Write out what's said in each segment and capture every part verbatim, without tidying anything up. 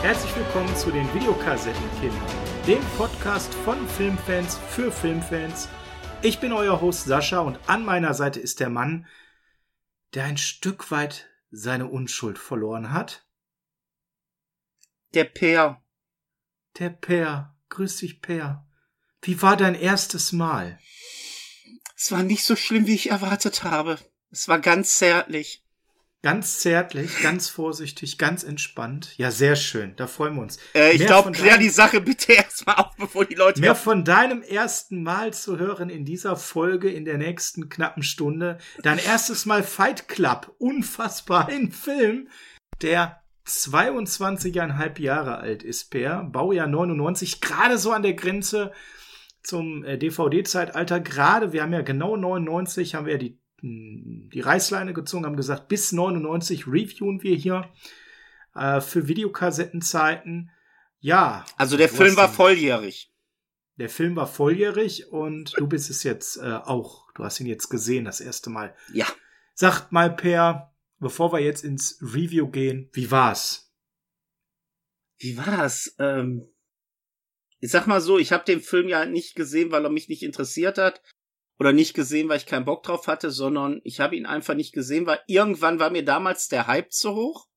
Herzlich willkommen zu den Videokassettenkindern, dem Podcast von Filmfans für Filmfans. Ich bin euer Host Sascha und an meiner Seite ist der Mann, der ein Stück weit seine Unschuld verloren hat. Der Peer. Der Peer. Grüß dich, Peer. Wie war dein erstes Mal? Es war nicht so schlimm, wie ich erwartet habe. Es war ganz zärtlich. Ganz zärtlich, ganz vorsichtig, ganz entspannt. Ja, sehr schön. Da freuen wir uns. Äh, ich glaube, klär deinem, die Sache bitte erstmal auf, bevor die Leute... Mehr kommen. Von deinem ersten Mal zu hören in dieser Folge in der nächsten knappen Stunde. Dein erstes Mal Fight Club. Unfassbar. Ein Film, der zweiundzwanzig Komma fünf Jahre alt ist, Per. Baujahr neunundneunzig. Gerade so an der Grenze zum äh, D V D-Zeitalter. Gerade, wir haben ja genau neunundneunzig, haben wir ja die die Reißleine gezogen, haben gesagt, bis neunundneunzig reviewen wir hier äh, für Videokassettenzeiten. Ja. Also der Film war volljährig. Der Film war volljährig und du bist es jetzt äh, auch. Du hast ihn jetzt gesehen, das erste Mal. Ja. Sagt mal, Per, bevor wir jetzt ins Review gehen, wie war's? Wie war's? Ähm, ich sag mal so, ich habe den Film ja nicht gesehen, weil er mich nicht interessiert hat. Oder nicht gesehen, weil ich keinen Bock drauf hatte, sondern ich habe ihn einfach nicht gesehen, weil irgendwann war mir damals der Hype zu hoch,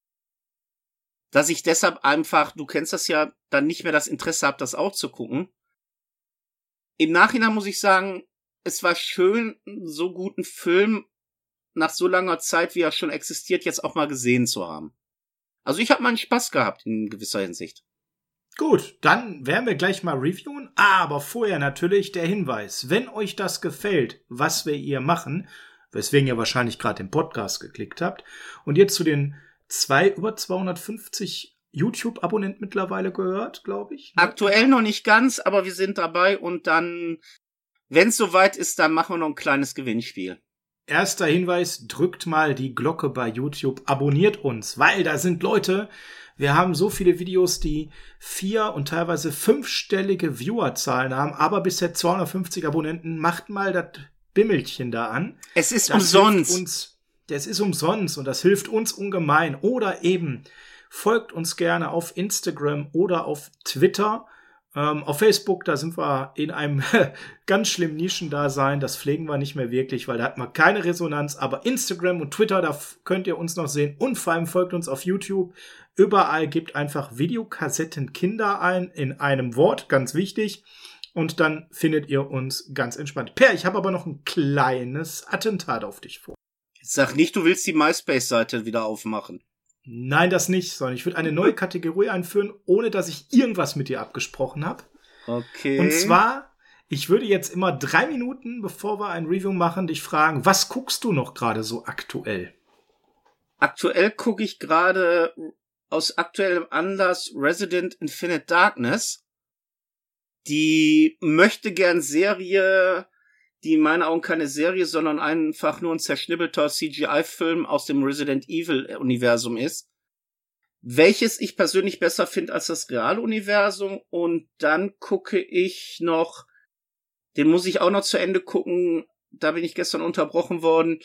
dass ich deshalb einfach, du kennst das ja, dann nicht mehr das Interesse habe, das auch zu gucken. Im Nachhinein muss ich sagen, es war schön, so guten Film nach so langer Zeit, wie er schon existiert, jetzt auch mal gesehen zu haben. Also ich habe meinen Spaß gehabt in gewisser Hinsicht. Gut, dann werden wir gleich mal reviewen, aber vorher natürlich der Hinweis, wenn euch das gefällt, was wir hier machen, weswegen ihr wahrscheinlich gerade den Podcast geklickt habt und ihr zu den zwei, über zweihundertfünfzig YouTube-Abonnenten mittlerweile gehört, glaube ich. Ne? Aktuell noch nicht ganz, aber wir sind dabei und dann, wenn es soweit ist, dann machen wir noch ein kleines Gewinnspiel. Erster Hinweis, drückt mal die Glocke bei YouTube, abonniert uns, weil da sind Leute... Wir haben so viele Videos, die vier- und teilweise fünfstellige Viewerzahlen haben, aber bisher zweihundertfünfzig Abonnenten. Macht mal das Bimmelchen da an. Es ist das umsonst. Uns, das ist umsonst und das hilft uns ungemein. Oder eben, folgt uns gerne auf Instagram oder auf Twitter. Ähm, auf Facebook, da sind wir in einem ganz schlimmen Nischendasein. Das pflegen wir nicht mehr wirklich, weil da hat man keine Resonanz. Aber Instagram und Twitter, da f- könnt ihr uns noch sehen. Und vor allem folgt uns auf YouTube. Überall gebt einfach Videokassettenkinder ein, in einem Wort, ganz wichtig. Und dann findet ihr uns ganz entspannt. Per, ich habe aber noch ein kleines Attentat auf dich vor. Sag nicht, du willst die MySpace-Seite wieder aufmachen. Nein, das nicht, sondern ich würde eine neue Kategorie einführen, ohne dass ich irgendwas mit dir abgesprochen habe. Okay. Und zwar, ich würde jetzt immer drei Minuten, bevor wir ein Review machen, dich fragen, was guckst du noch gerade so aktuell? Aktuell gucke ich gerade aus aktuellem Anlass Resident Infinite Darkness. Die möchte gern Serie, die in meinen Augen keine Serie, sondern einfach nur ein zerschnibbelter C G I-Film aus dem Resident Evil-Universum ist. Welches ich persönlich besser finde als das Realuniversum. Und dann gucke ich noch, den muss ich auch noch zu Ende gucken, da bin ich gestern unterbrochen worden.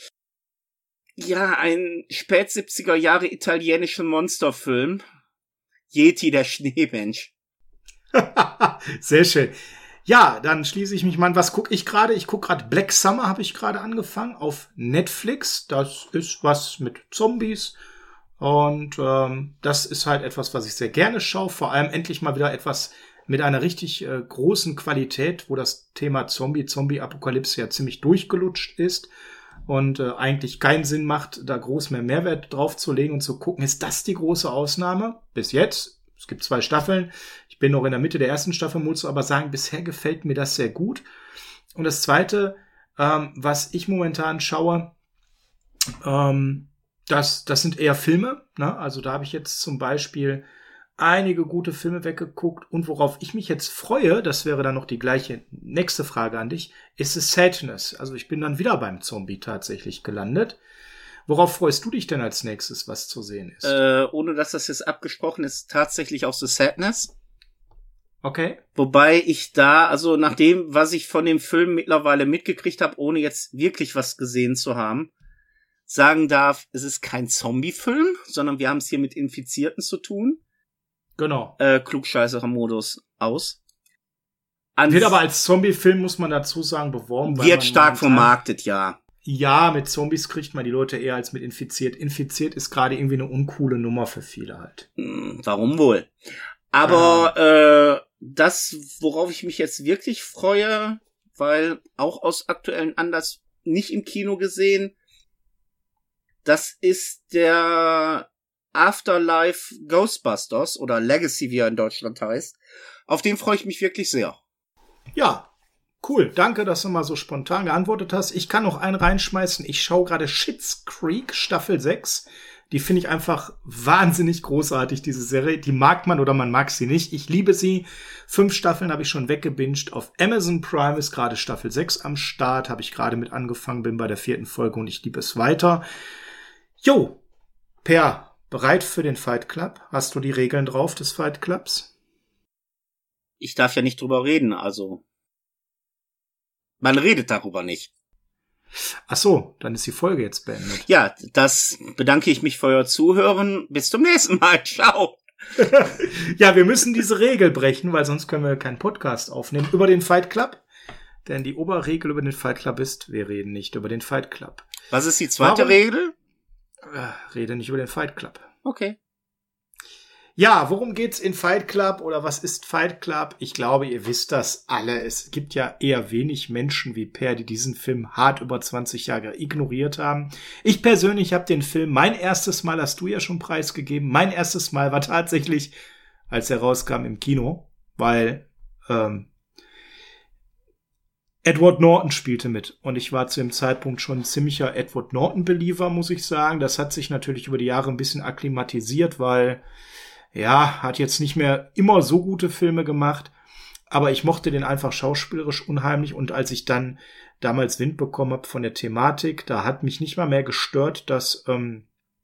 Ja, ein spät-siebziger Jahre italienischer Monsterfilm. Yeti, der Schneemensch. Sehr schön. Ja, dann schließe ich mich mal an. Was gucke ich gerade? Ich gucke gerade Black Summer, habe ich gerade angefangen auf Netflix. Das ist was mit Zombies. Und ähm, das ist halt etwas, was ich sehr gerne schaue. Vor allem endlich mal wieder etwas mit einer richtig äh, großen Qualität, wo das Thema Zombie, Zombie-Apokalypse ja ziemlich durchgelutscht ist. Und äh, eigentlich keinen Sinn macht, da groß mehr Mehrwert drauf zu legen und zu gucken, ist das die große Ausnahme? Bis jetzt. Es gibt zwei Staffeln. Ich bin noch in der Mitte der ersten Staffel, muss aber sagen, bisher gefällt mir das sehr gut. Und das Zweite, ähm, was ich momentan schaue, ähm, das, das sind eher Filme. Ne? Also da habe ich jetzt zum Beispiel einige gute Filme weggeguckt. Und worauf ich mich jetzt freue, das wäre dann noch die gleiche nächste Frage an dich, ist es Sadness. Also ich bin dann wieder beim Zombie tatsächlich gelandet. Worauf freust du dich denn als nächstes, was zu sehen ist? Äh, ohne dass das jetzt abgesprochen ist, tatsächlich auch The Sadness. Okay. Wobei ich da, also nach dem, was ich von dem Film mittlerweile mitgekriegt habe, ohne jetzt wirklich was gesehen zu haben, sagen darf, es ist kein Zombie-Film, sondern wir haben es hier mit Infizierten zu tun. Genau. Äh, Klugscheißer-Modus aus. Ans Wird aber als Zombie-Film, muss man dazu sagen, beworben. weil Wird man stark momentan- vermarktet, ja. Ja, mit Zombies kriegt man die Leute eher als mit infiziert. Infiziert ist gerade irgendwie eine uncoole Nummer für viele halt. Hm, warum wohl? Aber äh, das, worauf ich mich jetzt wirklich freue, weil auch aus aktuellen Anlass nicht im Kino gesehen, das ist der Afterlife Ghostbusters oder Legacy, wie er in Deutschland heißt. Auf den freue ich mich wirklich sehr. Ja, cool. Danke, dass du mal so spontan geantwortet hast. Ich kann noch einen reinschmeißen. Ich schaue gerade Schitt's Creek Staffel sechs. Die finde ich einfach wahnsinnig großartig, diese Serie. Die mag man oder man mag sie nicht. Ich liebe sie. Fünf Staffeln habe ich schon weggebinged. Auf Amazon Prime ist gerade Staffel sechs am Start. Habe ich gerade mit angefangen, bin bei der vierten Folge und ich liebe es weiter. Jo, Per, bereit für den Fight Club? Hast du die Regeln drauf des Fight Clubs? Ich darf ja nicht drüber reden, also. Man redet darüber nicht. Ach so, dann ist die Folge jetzt beendet. Ja, das bedanke ich mich für euer Zuhören. Bis zum nächsten Mal. Ciao. Ja, wir müssen diese Regel brechen, weil sonst können wir keinen Podcast aufnehmen über den Fight Club. Denn die Oberregel über den Fight Club ist, wir reden nicht über den Fight Club. Was ist die zweite Warum? Regel? Äh, rede nicht über den Fight Club. Okay. Ja, worum geht's in Fight Club oder was ist Fight Club? Ich glaube, ihr wisst das alle. Es gibt ja eher wenig Menschen wie Per, die diesen Film hart über zwanzig Jahre ignoriert haben. Ich persönlich habe den Film mein erstes Mal, hast du ja schon preisgegeben, mein erstes Mal war tatsächlich, als er rauskam im Kino, weil ähm, Edward Norton spielte mit und ich war zu dem Zeitpunkt schon ein ziemlicher Edward Norton-Believer, muss ich sagen. Das hat sich natürlich über die Jahre ein bisschen akklimatisiert, weil ja, hat jetzt nicht mehr immer so gute Filme gemacht, aber ich mochte den einfach schauspielerisch unheimlich und als ich dann damals Wind bekommen habe von der Thematik, da hat mich nicht mal mehr gestört, dass ähm,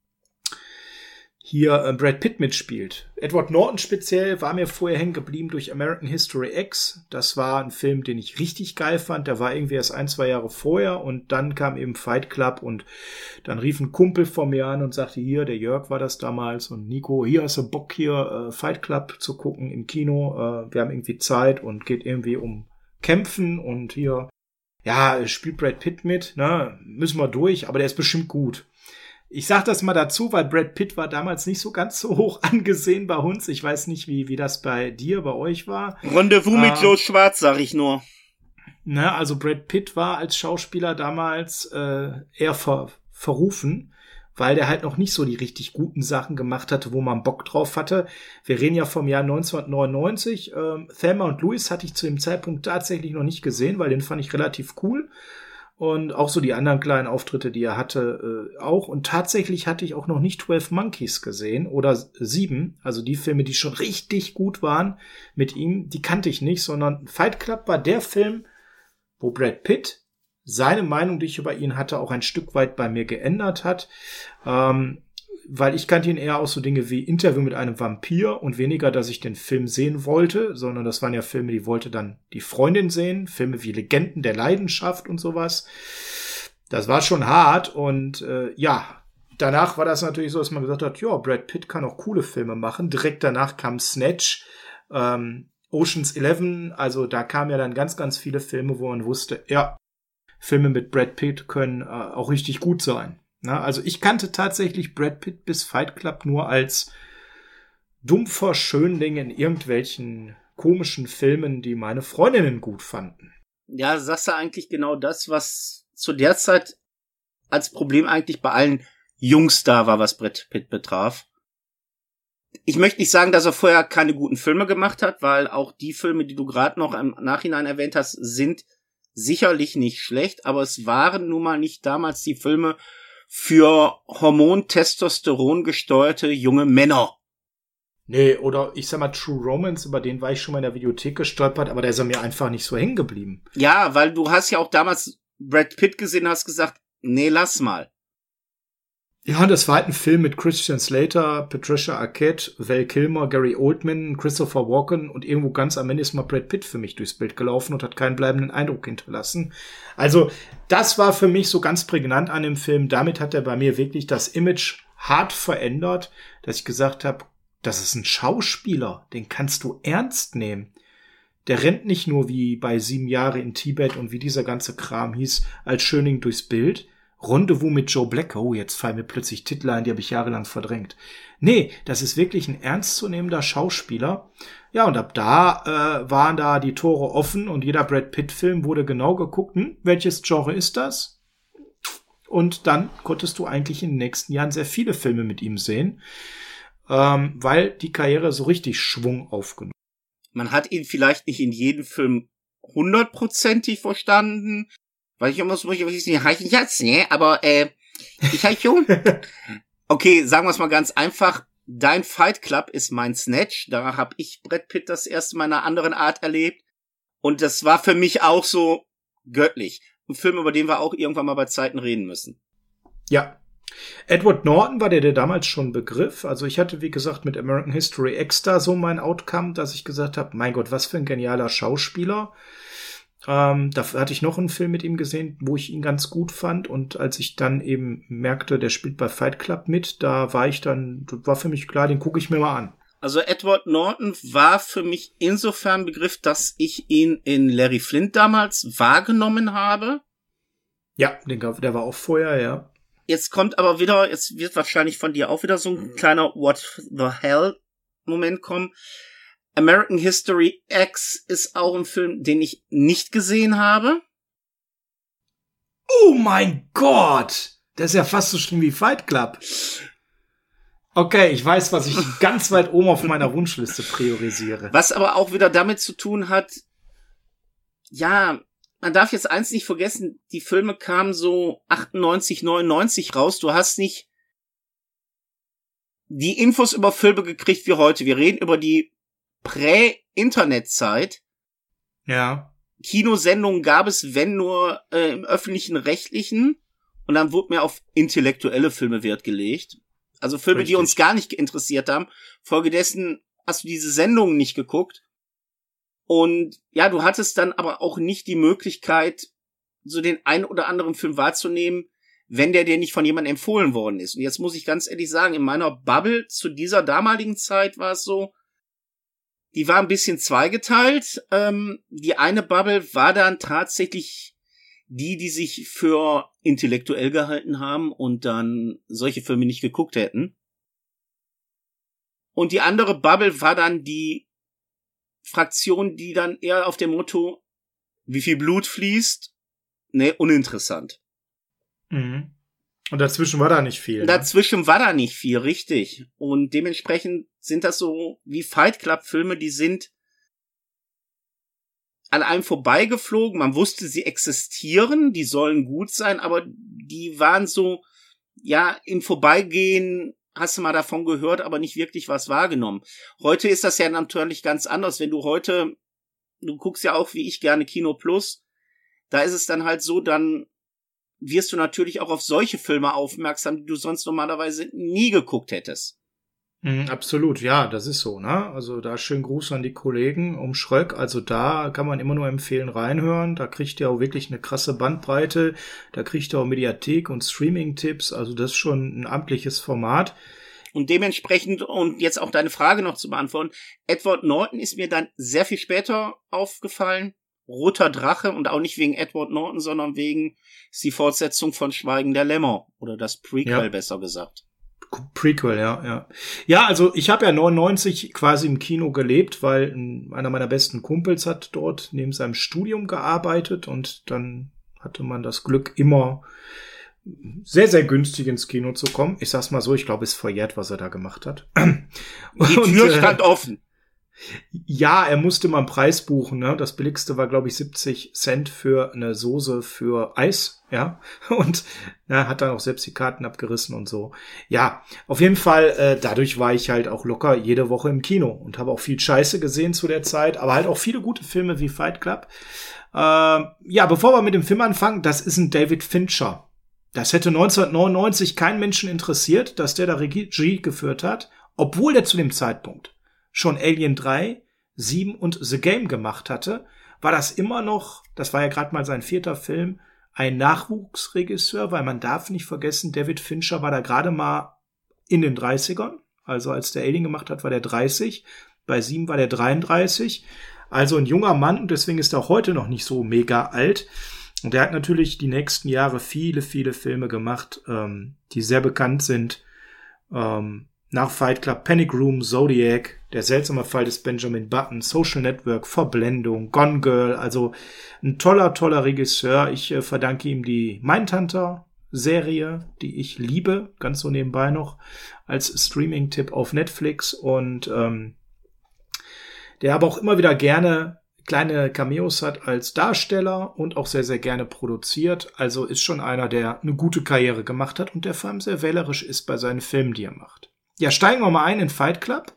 hier äh, Brad Pitt mitspielt. Edward Norton speziell war mir vorher hängen geblieben durch American History X. Das war ein Film, den ich richtig geil fand. Der war irgendwie erst ein, zwei Jahre vorher und dann kam eben Fight Club und dann rief ein Kumpel vor mir an und sagte, hier, der Jörg war das damals und Nico, hier hast du Bock hier äh, Fight Club zu gucken im Kino. Äh, wir haben irgendwie Zeit und geht irgendwie um Kämpfen und hier, ja, spielt Brad Pitt mit, ne, müssen wir durch, aber der ist bestimmt gut. Ich sag das mal dazu, weil Brad Pitt war damals nicht so ganz so hoch angesehen bei uns. Ich weiß nicht, wie wie das bei dir, bei euch war. Rendezvous mit Ähm, Joe Schwarz, sag ich nur. Ne, also Brad Pitt war als Schauspieler damals äh, eher ver, verrufen, weil der halt noch nicht so die richtig guten Sachen gemacht hatte, wo man Bock drauf hatte. Wir reden ja vom Jahr neunzehnhundertneunundneunzig. Ähm, Thelma und Louise hatte ich zu dem Zeitpunkt tatsächlich noch nicht gesehen, weil den fand ich relativ cool. Und auch so die anderen kleinen Auftritte, die er hatte, äh, auch. Und tatsächlich hatte ich auch noch nicht Twelve Monkeys gesehen oder Sieben. Also die Filme, die schon richtig gut waren mit ihm, die kannte ich nicht, sondern Fight Club war der Film, wo Brad Pitt seine Meinung, die ich über ihn hatte, auch ein Stück weit bei mir geändert hat. Ähm, weil ich kannte ihn eher aus so Dinge wie Interview mit einem Vampir und weniger, dass ich den Film sehen wollte, sondern das waren ja Filme, die wollte dann die Freundin sehen, Filme wie Legenden der Leidenschaft und sowas. Das war schon hart und äh, ja, danach war das natürlich so, dass man gesagt hat, ja, Brad Pitt kann auch coole Filme machen. Direkt danach kam Snatch, ähm, Ocean's Eleven, also da kamen ja dann ganz, ganz viele Filme, wo man wusste, ja, Filme mit Brad Pitt können äh, auch richtig gut sein. Na, also ich kannte tatsächlich Brad Pitt bis Fight Club nur als dumpfer Schönling in irgendwelchen komischen Filmen, die meine Freundinnen gut fanden. Ja, sagst du eigentlich genau das, was zu der Zeit als Problem eigentlich bei allen Jungs da war, was Brad Pitt betraf. Ich möchte nicht sagen, dass er vorher keine guten Filme gemacht hat, weil auch die Filme, die du gerade noch im Nachhinein erwähnt hast, sind sicherlich nicht schlecht, aber es waren nun mal nicht damals die Filme für Hormon-Testosteron gesteuerte junge Männer. Nee, oder ich sag mal True Romance, über den war ich schon mal in der Videothek gestolpert, aber da ist er mir einfach nicht so hängen geblieben. Ja, weil du hast ja auch damals Brad Pitt gesehen, hast gesagt, nee, lass mal. Ja, das war halt ein Film mit Christian Slater, Patricia Arquette, Val Kilmer, Gary Oldman, Christopher Walken und irgendwo ganz am Ende ist mal Brad Pitt für mich durchs Bild gelaufen und hat keinen bleibenden Eindruck hinterlassen. Also das war für mich so ganz prägnant an dem Film. Damit hat er bei mir wirklich das Image hart verändert, dass ich gesagt habe, Das ist ein Schauspieler, den kannst du ernst nehmen. Der rennt nicht nur wie bei Sieben Jahre in Tibet und wie dieser ganze Kram hieß, als Schöning durchs Bild. Rendezvous mit Joe Black. Oh, jetzt fallen mir plötzlich Titel ein, die habe ich jahrelang verdrängt. Nee, das ist wirklich ein ernstzunehmender Schauspieler. Ja, und ab da äh, waren da die Tore offen und jeder Brad Pitt-Film wurde genau geguckt, hm, welches Genre ist das? Und dann konntest du eigentlich in den nächsten Jahren sehr viele Filme mit ihm sehen, ähm, weil die Karriere so richtig Schwung aufgenommen. Man hat ihn vielleicht nicht in jedem Film hundertprozentig verstanden, weil ich immer so, ich weiß nicht, heißen jetzt, ne, aber, äh, ich halt schon. Okay, sagen wir es mal ganz einfach. Dein Fight Club ist mein Snatch. Da habe ich Brad Pitt das erste Mal in einer anderen Art erlebt. Und das war für mich auch so göttlich. Ein Film, über den wir auch irgendwann mal bei Zeiten reden müssen. Ja. Edward Norton war der, der damals schon Begriff. Also ich hatte, wie gesagt, mit American History X da so mein Outcome, dass ich gesagt habe, mein Gott, was für ein genialer Schauspieler. Ähm, da hatte ich noch einen Film mit ihm gesehen, wo ich ihn ganz gut fand. Und als ich dann eben merkte, der spielt bei Fight Club mit, da war ich dann, war für mich klar, den gucke ich mir mal an. Also Edward Norton war für mich insofern Begriff, dass ich ihn in Larry Flint damals wahrgenommen habe. Ja, den, der war auch vorher, ja. Jetzt kommt aber wieder, jetzt wird wahrscheinlich von dir auch wieder so ein kleiner What the hell Moment kommen. American History X ist auch ein Film, den ich nicht gesehen habe. Oh mein Gott! Das ist ja fast so schlimm wie Fight Club. Okay, ich weiß, was ich ganz weit oben auf meiner Wunschliste priorisiere. Was aber auch wieder damit zu tun hat, ja, man darf jetzt eins nicht vergessen, die Filme kamen so achtundneunzig, neunundneunzig raus. Du hast nicht die Infos über Filme gekriegt wie heute. Wir reden über die Prä-Internet-Zeit. Ja. Kinosendungen gab es, wenn nur äh, im öffentlichen Rechtlichen. Und dann wurde mir auf intellektuelle Filme Wert gelegt. Also Filme, Richtig. Die uns gar nicht interessiert haben. Folgedessen hast du diese Sendungen nicht geguckt. Und ja, du hattest dann aber auch nicht die Möglichkeit, so den einen oder anderen Film wahrzunehmen, wenn der dir nicht von jemandem empfohlen worden ist. Und jetzt muss ich ganz ehrlich sagen, in meiner Bubble zu dieser damaligen Zeit war es so, die war ein bisschen zweigeteilt. Ähm, die eine Bubble war dann tatsächlich die, die sich für intellektuell gehalten haben und dann solche Filme nicht geguckt hätten. Und die andere Bubble war dann die Fraktion, die dann eher auf dem Motto, wie viel Blut fließt, ne, uninteressant. Mhm. Und dazwischen war da nicht viel. Ne? Dazwischen war da nicht viel, richtig. Und dementsprechend sind das so wie Fight Club Filme, die sind an einem vorbeigeflogen. Man wusste, sie existieren, die sollen gut sein, aber die waren so, ja, im Vorbeigehen hast du mal davon gehört, aber nicht wirklich was wahrgenommen. Heute ist das ja natürlich ganz anders. Wenn du heute, du guckst ja auch wie ich gerne Kino Plus, da ist es dann halt so, dann wirst du natürlich auch auf solche Filme aufmerksam, die du sonst normalerweise nie geguckt hättest. Mhm, absolut, ja, das ist so, ne? Also da schönen Gruß an die Kollegen um Schröck. Also da kann man immer nur empfehlen, reinhören. Da kriegt ihr auch wirklich eine krasse Bandbreite. Da kriegt ihr auch Mediathek und Streaming-Tipps. Also das ist schon ein amtliches Format. Und dementsprechend, und jetzt auch deine Frage noch zu beantworten, Edward Norton ist mir dann sehr viel später aufgefallen. Roter Drache, und auch nicht wegen Edward Norton, sondern wegen ist die Fortsetzung von Schweigen der Lämmer. Oder das Prequel, ja. Besser gesagt. Prequel, ja, ja. Ja, also ich habe ja neunundneunzig quasi im Kino gelebt, weil einer meiner besten Kumpels hat dort neben seinem Studium gearbeitet und dann hatte man das Glück, immer sehr, sehr günstig ins Kino zu kommen. Ich sag's mal so, ich glaube, es ist verjährt, was er da gemacht hat. Die Tür stand offen. Ja, er musste mal einen Preis buchen, ne? Das billigste war, glaube ich, siebzig Cent für eine Soße für Eis, ja. Und er hat dann auch selbst die Karten abgerissen und so. Ja, auf jeden Fall, äh, dadurch war ich halt auch locker jede Woche im Kino und habe auch viel Scheiße gesehen zu der Zeit, aber halt auch viele gute Filme wie Fight Club. Äh, ja, bevor wir mit dem Film anfangen, das ist ein David Fincher. Das hätte neunzehnhundertneunundneunzig keinen Menschen interessiert, dass der da Regie geführt hat, obwohl der zu dem Zeitpunkt schon Alien drei, sieben und The Game gemacht hatte, war das immer noch, das war ja gerade mal sein vierter Film, ein Nachwuchsregisseur, weil man darf nicht vergessen, David Fincher war da gerade mal in den dreißigern, Also als der Alien gemacht hat, war der dreißig. Bei sieben war der dreiunddreißig. Also ein junger Mann und deswegen ist er auch heute noch nicht so mega alt. Und er hat natürlich die nächsten Jahre viele, viele Filme gemacht, ähm, die sehr bekannt sind. Ähm, nach Fight Club, Panic Room, Zodiac, Der seltsame Fall des Benjamin Button, Social Network, Verblendung, Gone Girl. Also ein toller, toller Regisseur. Ich äh, verdanke ihm die Mindhunter-Serie, die ich liebe, ganz so nebenbei noch, als Streaming-Tipp auf Netflix. Und ähm, der aber auch immer wieder gerne kleine Cameos hat als Darsteller und auch sehr, sehr gerne produziert. Also ist schon einer, der eine gute Karriere gemacht hat und der vor allem sehr wählerisch ist bei seinen Filmen, die er macht. Ja, steigen wir mal ein in Fight Club.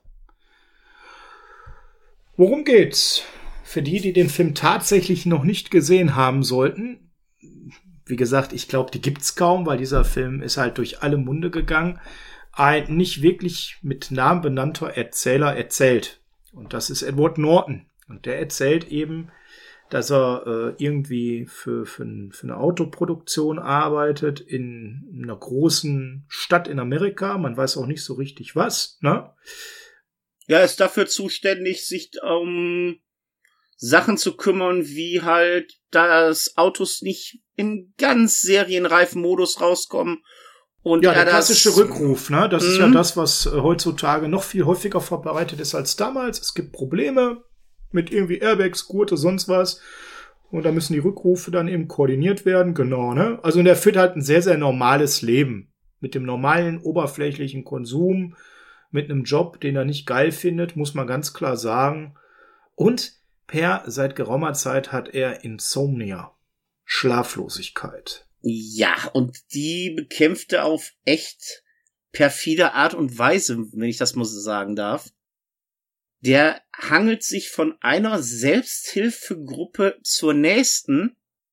Worum geht's? Für die, die den Film tatsächlich noch nicht gesehen haben sollten, wie gesagt, ich glaube, die gibt's kaum, weil dieser Film ist halt durch alle Munde gegangen. Ein nicht wirklich mit Namen benannter Erzähler erzählt. Und das ist Edward Norton. Und der erzählt eben, dass er äh, irgendwie für, für, für eine Autoproduktion arbeitet in einer großen Stadt in Amerika. Man weiß auch nicht so richtig was, ne? Ja, er ist dafür zuständig, sich um Sachen zu kümmern, wie halt, dass Autos nicht in ganz serienreifen Modus rauskommen. Und ja, der das, klassische Rückruf, ne? Das mhm. ist ja das, was äh, heutzutage noch viel häufiger verbreitet ist als damals. Es gibt Probleme mit irgendwie Airbags, Gurte, sonst was. Und da müssen die Rückrufe dann eben koordiniert werden, genau, ne? Also, und er führt halt ein sehr, sehr normales Leben. Mit dem normalen, oberflächlichen Konsum, mit einem Job, den er nicht geil findet, muss man ganz klar sagen. Und per, seit geraumer Zeit hat er Insomnia. Schlaflosigkeit. Ja, und die bekämpft er auf echt perfide Art und Weise, wenn ich das mal so sagen darf. Der hangelt sich von einer Selbsthilfegruppe zur nächsten.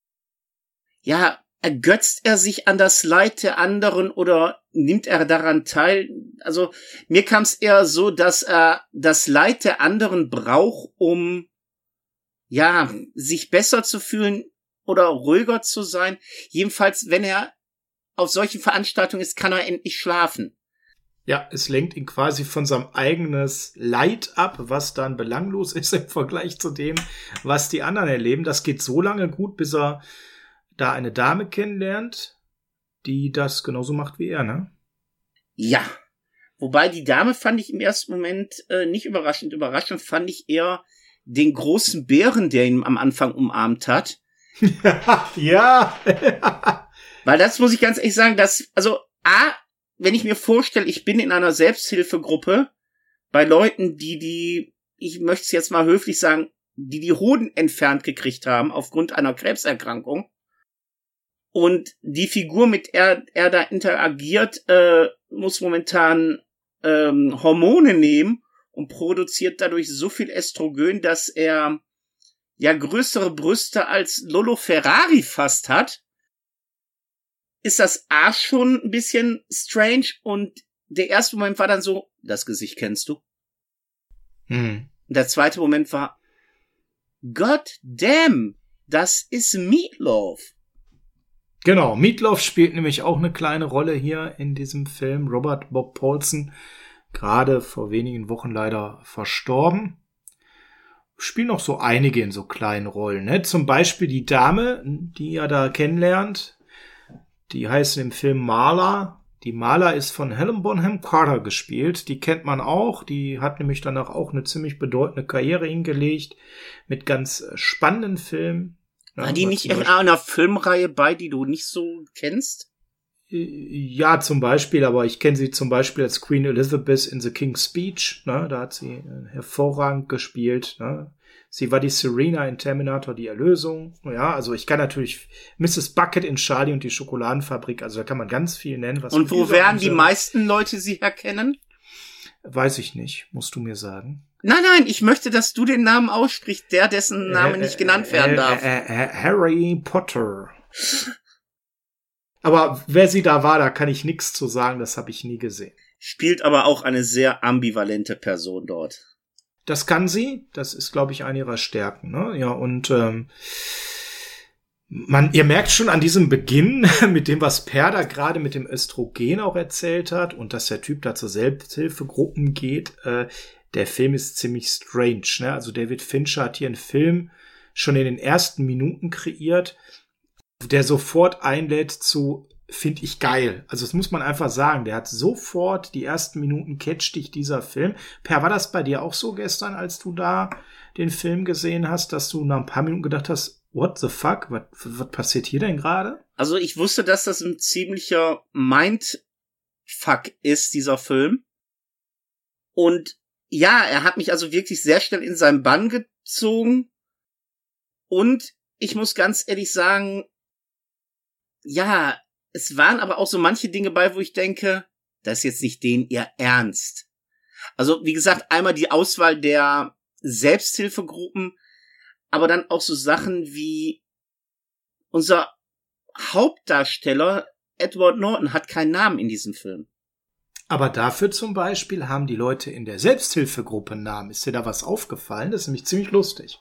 Ja, ergötzt er sich an das Leid der anderen oder nimmt er daran teil? Also mir kam es eher so, dass er das Leid der anderen braucht, um ja sich besser zu fühlen oder ruhiger zu sein. Jedenfalls, wenn er auf solchen Veranstaltungen ist, kann er endlich schlafen. Ja, es lenkt ihn quasi von seinem eigenes Leid ab, was dann belanglos ist im Vergleich zu dem, was die anderen erleben. Das geht so lange gut, bis er da eine Dame kennenlernt, die das genauso macht wie er, ne? Ja. Wobei die Dame fand ich im ersten Moment äh, nicht überraschend. Überraschend fand ich eher den großen Bären, der ihn am Anfang umarmt hat. Ja. Weil das muss ich ganz ehrlich sagen, dass, also, A, wenn ich mir vorstelle, ich bin in einer Selbsthilfegruppe bei Leuten, die die, ich möchte es jetzt mal höflich sagen, die die Hoden entfernt gekriegt haben aufgrund einer Krebserkrankung. Und die Figur, mit der er da interagiert, äh, muss momentan ähm, Hormone nehmen und produziert dadurch so viel Östrogen, dass er ja größere Brüste als Lolo Ferrari fast hat. Ist das A schon ein bisschen strange und der erste Moment war dann so, das Gesicht kennst du? Hm. Und der zweite Moment war, God damn, das ist Meatloaf. Genau, Meatloaf spielt nämlich auch eine kleine Rolle hier in diesem Film. Robert Bob Paulson, gerade vor wenigen Wochen leider verstorben. Spielen noch so einige in so kleinen Rollen, ne? Zum Beispiel die Dame, die er da kennenlernt, die heißt im Film Marla. Die Marla ist von Helen Bonham Carter gespielt. Die kennt man auch. Die hat nämlich danach auch eine ziemlich bedeutende Karriere hingelegt mit ganz spannenden Filmen. War die nicht in einer Filmreihe bei, die du nicht so kennst? Ja, zum Beispiel, aber ich kenne sie zum Beispiel als Queen Elizabeth in The King's Speech. Ne? Da hat sie hervorragend gespielt. Ne? Sie war die Serena in Terminator, die Erlösung. Ja, also ich kann natürlich Misses Bucket in Charlie und die Schokoladenfabrik, also da kann man ganz viel nennen. Was und wo werden die meisten Leute sie erkennen? Weiß ich nicht, musst du mir sagen. Nein, nein, ich möchte, dass du den Namen aussprichst, der dessen Name äh, nicht genannt werden äh, darf. Äh, äh, Harry Potter. Aber wer sie da war, da kann ich nichts zu sagen, das habe ich nie gesehen. Spielt aber auch eine sehr ambivalente Person dort. Das kann sie, das ist, glaube ich, eine ihrer Stärken, ne? Ja, und ähm, Man, ihr merkt schon an diesem Beginn, mit dem, was Per da gerade mit dem Östrogen auch erzählt hat und dass der Typ da zur Selbsthilfegruppen geht, äh, der Film ist ziemlich strange, ne? Also David Fincher hat hier einen Film schon in den ersten Minuten kreiert, der sofort einlädt zu, finde ich geil. Also das muss man einfach sagen, der hat sofort die ersten Minuten catcht dich dieser Film. Per, war das bei dir auch so gestern, als du da den Film gesehen hast, dass du nach ein paar Minuten gedacht hast, what the fuck? Was, was passiert hier denn gerade? Also ich wusste, dass das ein ziemlicher Mindfuck ist, dieser Film. Und ja, er hat mich also wirklich sehr schnell in seinen Bann gezogen. Und ich muss ganz ehrlich sagen, ja, es waren aber auch so manche Dinge bei, wo ich denke, das ist jetzt nicht denen ihr Ernst. Also wie gesagt, einmal die Auswahl der Selbsthilfegruppen, aber dann auch so Sachen wie unser Hauptdarsteller Edward Norton hat keinen Namen in diesem Film. Aber dafür zum Beispiel haben die Leute in der Selbsthilfegruppe einen Namen. Ist dir da was aufgefallen? Das ist nämlich ziemlich lustig.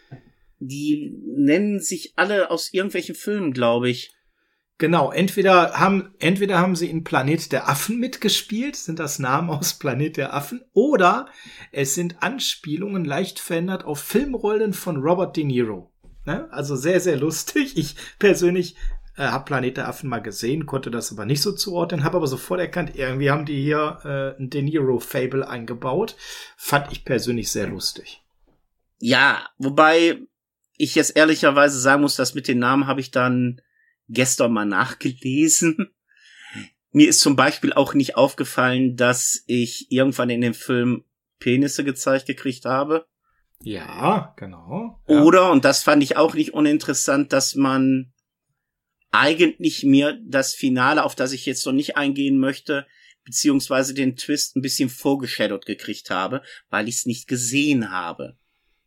Die nennen sich alle aus irgendwelchen Filmen, glaube ich. Genau, entweder haben, entweder haben sie in Planet der Affen mitgespielt, sind das Namen aus Planet der Affen, oder es sind Anspielungen leicht verändert auf Filmrollen von Robert De Niro. Ne? Also sehr, sehr lustig. Ich persönlich äh, habe Planet der Affen mal gesehen, konnte das aber nicht so zuordnen, habe aber sofort erkannt, irgendwie haben die hier äh, ein De Niro-Fable eingebaut. Fand ich persönlich sehr lustig. Ja, wobei ich jetzt ehrlicherweise sagen muss, dass mit den Namen habe ich dann gestern mal nachgelesen. Mir ist zum Beispiel auch nicht aufgefallen, dass ich irgendwann in dem Film Penisse gezeigt gekriegt habe. Ja, genau. Ja. Oder, und das fand ich auch nicht uninteressant, dass man eigentlich mir das Finale, auf das ich jetzt noch nicht eingehen möchte, beziehungsweise den Twist ein bisschen vorgeshadowt gekriegt habe, weil ich es nicht gesehen habe.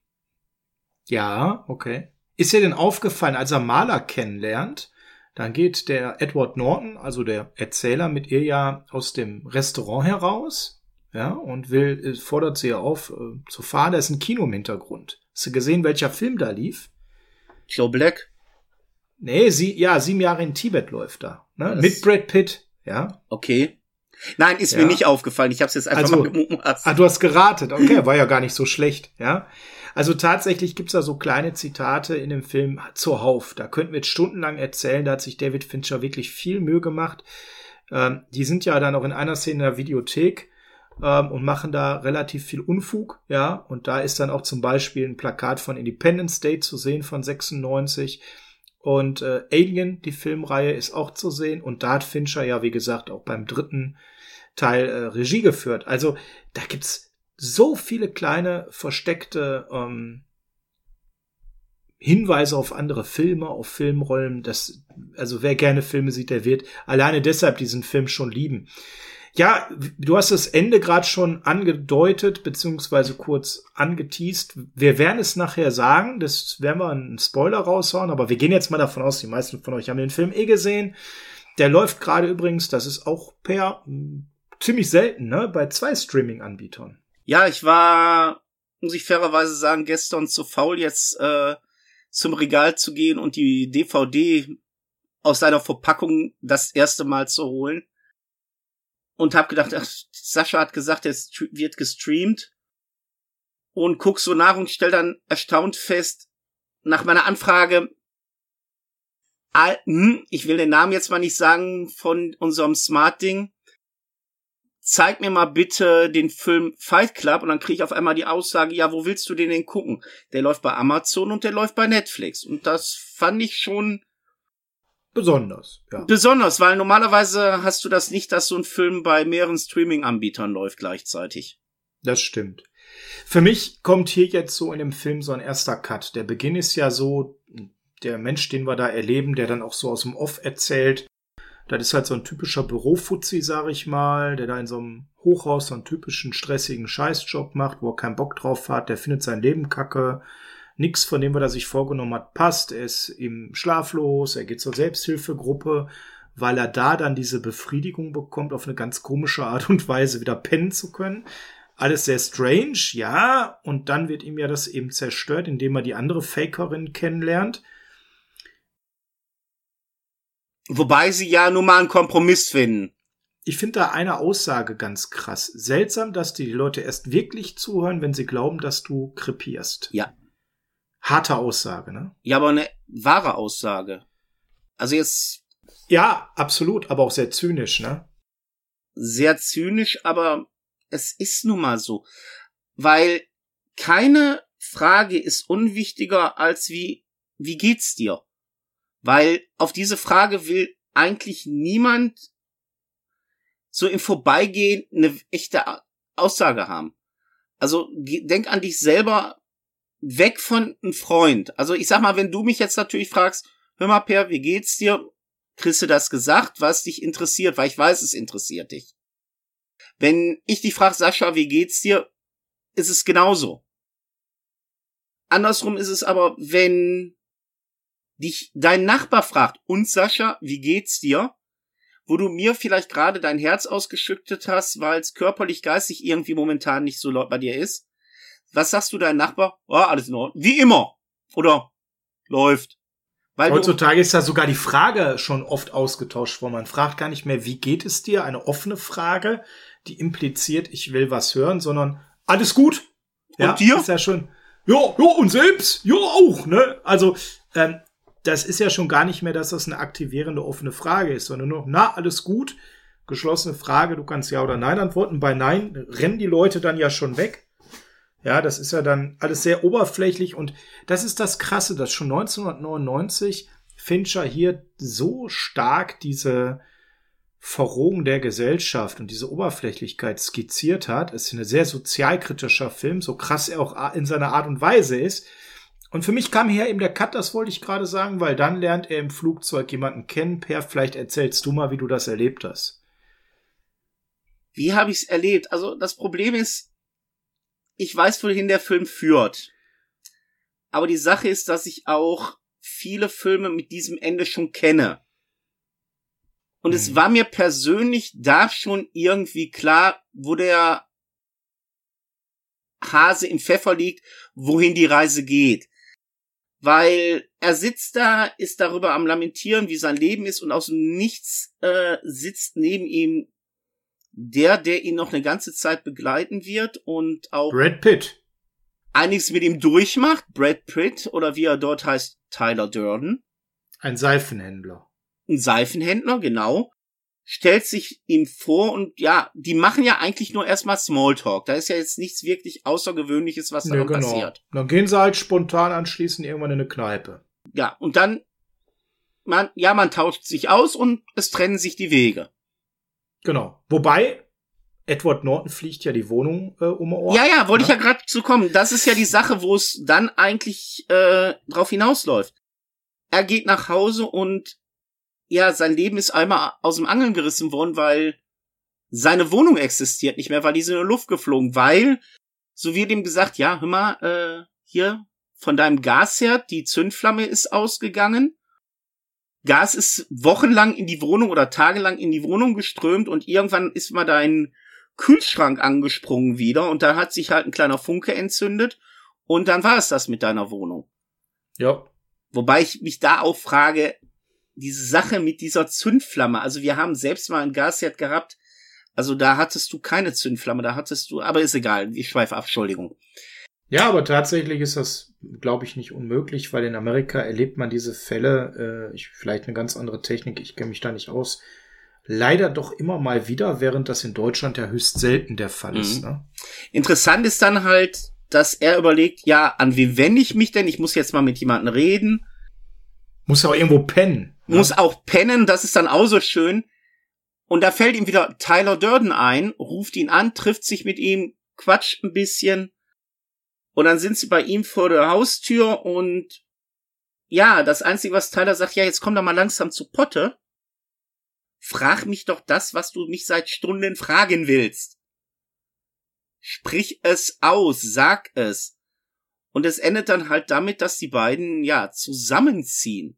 Ja, okay. Ist dir denn aufgefallen, als er Marla kennenlernt, dann geht der Edward Norton, also der Erzähler, mit ihr ja aus dem Restaurant heraus, ja, und will, fordert sie ja auf, äh, zu fahren. Da ist ein Kino im Hintergrund. Hast du gesehen, welcher Film da lief? Joe Black? Nee, sie, ja, sieben Jahre in Tibet läuft da, ne? Mit Brad Pitt, ja. Okay. Nein, ist ja. mir nicht aufgefallen. Ich habe es jetzt einfach also, mal gemutmaßt. Ah, du hast geratet. Okay, war ja gar nicht so schlecht, ja. Also tatsächlich gibt's da so kleine Zitate in dem Film zuhauf. Da könnten wir jetzt stundenlang erzählen. Da hat sich David Fincher wirklich viel Mühe gemacht. Ähm, die sind ja dann auch in einer Szene in der Videothek ähm, und machen da relativ viel Unfug, ja. Und da ist dann auch zum Beispiel ein Plakat von Independence Day zu sehen von sechsundneunzig. Und äh, Alien, die Filmreihe, ist auch zu sehen. Und da hat Fincher ja, wie gesagt, auch beim dritten Teil äh, Regie geführt. Also da gibt's so viele kleine versteckte ähm, Hinweise auf andere Filme, auf Filmrollen. Das, also wer gerne Filme sieht, der wird alleine deshalb diesen Film schon lieben. Ja, du hast das Ende gerade schon angedeutet, beziehungsweise kurz angeteast. Wir werden es nachher sagen, das werden wir einen Spoiler raushauen, aber wir gehen jetzt mal davon aus, die meisten von euch haben den Film eh gesehen. Der läuft gerade übrigens, das ist auch per ziemlich selten, ne, bei zwei Streaming-Anbietern. Ja, ich war, muss ich fairerweise sagen, gestern zu faul, jetzt äh, zum Regal zu gehen und die D V D aus seiner Verpackung das erste Mal zu holen. Und hab gedacht, ach, Sascha hat gesagt, es wird gestreamt. Und guck so nach und stell dann erstaunt fest, nach meiner Anfrage, ah, hm, ich will den Namen jetzt mal nicht sagen, von unserem Smart-Ding, zeig mir mal bitte den Film Fight Club, und dann kriege ich auf einmal die Aussage, ja, wo willst du den denn gucken? Der läuft bei Amazon und der läuft bei Netflix. Und das fand ich schon besonders, ja. Besonders, weil normalerweise hast du das nicht, dass so ein Film bei mehreren Streaming-Anbietern läuft gleichzeitig. Das stimmt. Für mich kommt hier jetzt so in dem Film so ein erster Cut. Der Beginn ist ja so, der Mensch, den wir da erleben, der dann auch so aus dem Off erzählt. Das ist halt so ein typischer Bürofuzzi, sag ich mal, der da in so einem Hochhaus so einen typischen stressigen Scheißjob macht, wo er keinen Bock drauf hat. Der findet sein Leben kacke. Nix von dem, was er sich vorgenommen hat, passt. Er ist ihm schlaflos. Er geht zur Selbsthilfegruppe, weil er da dann diese Befriedigung bekommt, auf eine ganz komische Art und Weise wieder pennen zu können. Alles sehr strange, ja. Und dann wird ihm ja das eben zerstört, indem er die andere Fakerin kennenlernt. Wobei sie ja nun mal einen Kompromiss finden. Ich finde da eine Aussage ganz krass. Seltsam, dass die Leute erst wirklich zuhören, wenn sie glauben, dass du krepierst. Ja. Harte Aussage, ne? Ja, aber eine wahre Aussage. Also jetzt... Ja, absolut, aber auch sehr zynisch, ne? Sehr zynisch, aber es ist nun mal so. Weil keine Frage ist unwichtiger als wie, wie geht's dir? Weil auf diese Frage will eigentlich niemand so im Vorbeigehen eine echte Aussage haben. Also denk an dich selber, weg von einem Freund. Also ich sag mal, wenn du mich jetzt natürlich fragst, hör mal Per, wie geht's dir? Kriegst du das gesagt, was dich interessiert? Weil ich weiß, es interessiert dich. Wenn ich dich frage, Sascha, wie geht's dir? Ist es genauso. Andersrum ist es aber, wenn dich dein Nachbar fragt, und Sascha, wie geht's dir? Wo du mir vielleicht gerade dein Herz ausgeschüttet hast, weil es körperlich, geistig irgendwie momentan nicht so laut bei dir ist. Was sagst du deinem Nachbar? Oh, alles in Ordnung. Wie immer. Oder läuft. Weil heutzutage ist ja sogar die Frage schon oft ausgetauscht worden. Man fragt gar nicht mehr, wie geht es dir? Eine offene Frage, die impliziert, ich will was hören, sondern alles gut. Und ja, dir? Ist ja schon, ja, ja, und selbst, ja auch, ne? Also, ähm, das ist ja schon gar nicht mehr, dass das eine aktivierende offene Frage ist, sondern nur, na, alles gut, geschlossene Frage, du kannst ja oder nein antworten. Bei nein rennen die Leute dann ja schon weg. Ja, das ist ja dann alles sehr oberflächlich und das ist das Krasse, dass schon neunzehnhundertneunundneunzig Fincher hier so stark diese Verrohung der Gesellschaft und diese Oberflächlichkeit skizziert hat. Es ist ein sehr sozialkritischer Film, so krass er auch in seiner Art und Weise ist. Und für mich kam hier eben der Cut, das wollte ich gerade sagen, weil dann lernt er im Flugzeug jemanden kennen. Per, vielleicht erzählst du mal, wie du das erlebt hast. Wie habe ich es erlebt? Also das Problem ist, ich weiß, wohin der Film führt. Aber die Sache ist, dass ich auch viele Filme mit diesem Ende schon kenne. Und hm. es war mir persönlich da schon irgendwie klar, wo der Hase im Pfeffer liegt, wohin die Reise geht. Weil er sitzt da, ist darüber am Lamentieren, wie sein Leben ist, und aus dem Nichts äh, sitzt neben ihm der, der ihn noch eine ganze Zeit begleiten wird und auch Brad Pitt einiges mit ihm durchmacht. Brad Pitt, oder wie er dort heißt, Tyler Durden. Ein Seifenhändler. Ein Seifenhändler, genau. Stellt sich ihm vor und ja, die machen ja eigentlich nur erstmal Smalltalk. Da ist ja jetzt nichts wirklich Außergewöhnliches, was da ja, genau. passiert. Dann gehen sie halt spontan anschließend irgendwann in eine Kneipe. Ja, und dann, man, ja, man tauscht sich aus und es trennen sich die Wege. Genau. Wobei, Edward Norton fliegt ja die Wohnung äh, um Ort. Ja, ja, wollte ja? ich ja gerade zu kommen. Das ist ja die Sache, wo es dann eigentlich äh, drauf hinausläuft. Er geht nach Hause und ja, sein Leben ist einmal aus dem Angeln gerissen worden, weil seine Wohnung existiert nicht mehr, weil die sind in die Luft geflogen. Weil, so wird ihm gesagt, ja, hör mal, äh, hier von deinem Gasherd, die Zündflamme ist ausgegangen. Gas ist wochenlang in die Wohnung oder tagelang in die Wohnung geströmt und irgendwann ist mal dein Kühlschrank angesprungen wieder und da hat sich halt ein kleiner Funke entzündet und dann war es das mit deiner Wohnung. Ja. Wobei ich mich da auch frage, diese Sache mit dieser Zündflamme, also wir haben selbst mal ein Gasherd gehabt, also da hattest du keine Zündflamme, da hattest du, aber ist egal, ich schweife ab, Entschuldigung. Ja, aber tatsächlich ist das, glaube ich, nicht unmöglich, weil in Amerika erlebt man diese Fälle, äh, ich, vielleicht eine ganz andere Technik, ich kenne mich da nicht aus, leider doch immer mal wieder, während das in Deutschland ja höchst selten der Fall ist. Mhm. Ne? Interessant ist dann halt, dass er überlegt, ja, an wen wende ich mich denn? Ich muss jetzt mal mit jemandem reden. Muss auch irgendwo pennen. Ne? Muss auch pennen, das ist dann auch so schön. Und da fällt ihm wieder Tyler Durden ein, ruft ihn an, trifft sich mit ihm, quatscht ein bisschen. Und dann sind sie bei ihm vor der Haustür und ja, das Einzige, was Tyler sagt, ja, jetzt komm doch mal langsam zu Potte. Frag mich doch das, was du mich seit Stunden fragen willst. Sprich es aus, sag es. Und es endet dann halt damit, dass die beiden, ja, zusammenziehen.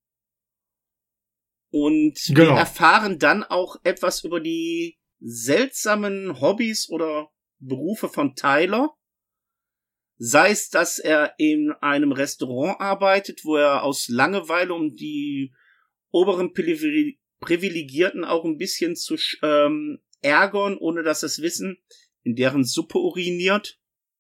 Und genau. Wir erfahren dann auch etwas über die seltsamen Hobbys oder Berufe von Tyler. Sei es, dass er in einem Restaurant arbeitet, wo er aus Langeweile um die oberen Privilegierten auch ein bisschen zu ähm, ärgern, ohne dass sie es wissen, in deren Suppe uriniert.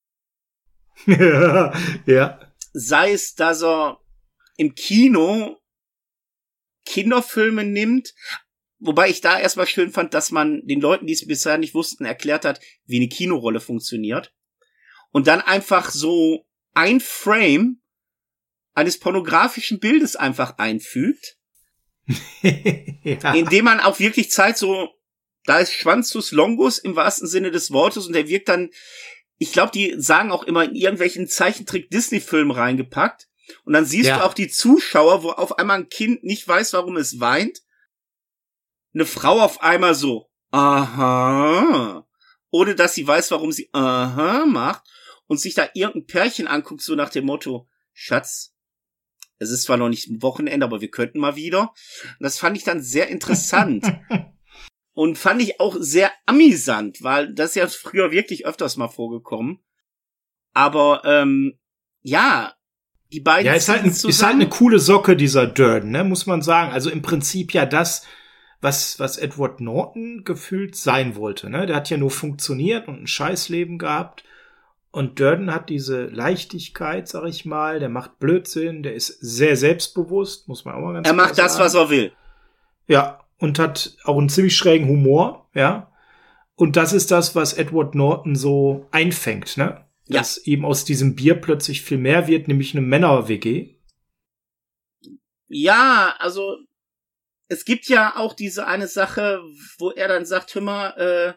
Ja. Sei es, dass er im Kino Kinderfilme nimmt, wobei ich da erstmal schön fand, dass man den Leuten, die es bisher nicht wussten, erklärt hat, wie eine Kinorolle funktioniert. Und dann einfach so ein Frame eines pornografischen Bildes einfach einfügt, ja. Indem man auch wirklich zeigt, so, da ist Schwanzus Longus im wahrsten Sinne des Wortes und der wirkt dann, ich glaube, die sagen auch immer in irgendwelchen Zeichentrick-Disney-Filmen reingepackt und dann siehst ja. du auch die Zuschauer, wo auf einmal ein Kind nicht weiß, warum es weint, eine Frau auf einmal so, aha, ohne dass sie weiß, warum sie aha macht und sich da irgendein Pärchen anguckt, so nach dem Motto, Schatz, es ist zwar noch nicht ein Wochenende, aber wir könnten mal wieder. Und das fand ich dann sehr interessant. Und fand ich auch sehr amüsant, weil das ist ja früher wirklich öfters mal vorgekommen. Aber, ähm, ja, die beiden... Ja, ist halt, ein, ist halt eine coole Socke, dieser Durden, ne, muss man sagen. Also im Prinzip ja das, was, was Edward Norton gefühlt sein wollte, ne. Der hat ja nur funktioniert und ein Scheißleben gehabt. Und Durden hat diese Leichtigkeit, sag ich mal, der macht Blödsinn, der ist sehr selbstbewusst, muss man auch mal ganz klar sagen. Er macht das, was er will. Ja, und hat auch einen ziemlich schrägen Humor, ja. Und das ist das, was Edward Norton so einfängt, ne? Ja. Dass eben aus diesem Bier plötzlich viel mehr wird, nämlich eine Männer-W G. Ja, also es gibt ja auch diese eine Sache, wo er dann sagt, hör mal, äh,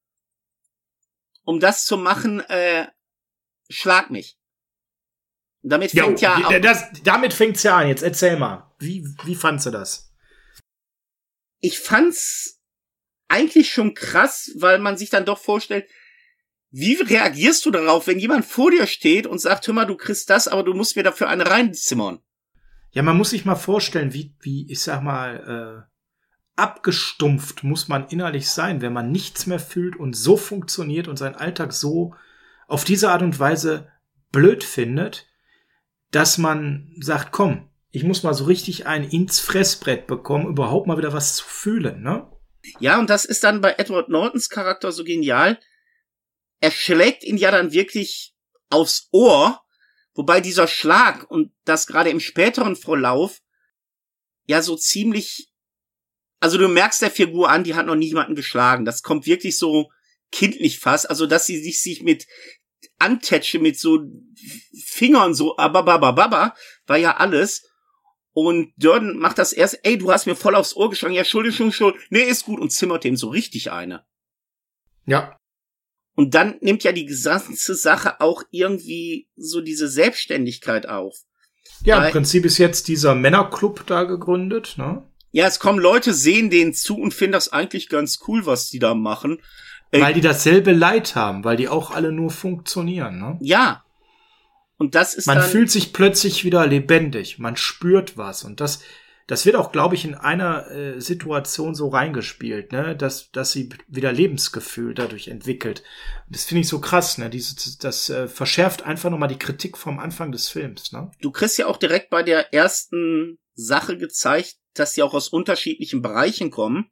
um das zu machen, äh, schlag mich. Und damit fängt jo, ja auch das, damit fängt's ja an. Jetzt erzähl mal. Wie, wie fandst du das? Ich fand's eigentlich schon krass, weil man sich dann doch vorstellt, wie reagierst du darauf, wenn jemand vor dir steht und sagt, hör mal, du kriegst das, aber du musst mir dafür eine reinzimmern? Ja, man muss sich mal vorstellen, wie, wie, ich sag mal, äh, abgestumpft muss man innerlich sein, wenn man nichts mehr fühlt und so funktioniert und seinen Alltag so auf diese Art und Weise blöd findet, dass man sagt, komm, ich muss mal so richtig einen ins Fressbrett bekommen, überhaupt mal wieder was zu fühlen, ne? Ja, und das ist dann bei Edward Nortons Charakter so genial. Er schlägt ihn ja dann wirklich aufs Ohr, wobei dieser Schlag und das gerade im späteren Verlauf ja so ziemlich, also du merkst der Figur an, die hat noch niemanden geschlagen. Das kommt wirklich so kindlich fast, also dass sie sich, sich mit antätsche, mit so Fingern so, ababababa, war ja alles. Und Durden macht das erst, ey, du hast mir voll aufs Ohr geschlagen, ja, Entschuldigung, Entschuldigung, nee, ist gut, und zimmert dem so richtig eine. Ja. Und dann nimmt ja die gesamte Sache auch irgendwie so diese Selbstständigkeit auf. Ja, Weil, im Prinzip ist jetzt dieser Männerclub da gegründet, ne? Ja, es kommen Leute, sehen denen zu und finden das eigentlich ganz cool, was die da machen. Weil die dasselbe Leid haben, weil die auch alle nur funktionieren, ne? Ja. Und das ist Man dann fühlt sich plötzlich wieder lebendig, man spürt was und das das wird auch, glaube ich, in einer äh, Situation so reingespielt, ne, dass dass sie wieder Lebensgefühl dadurch entwickelt. Das finde ich so krass, ne, dieses das äh, verschärft einfach noch mal die Kritik vom Anfang des Films, ne? Du kriegst ja auch direkt bei der ersten Sache gezeigt, dass die auch aus unterschiedlichen Bereichen kommen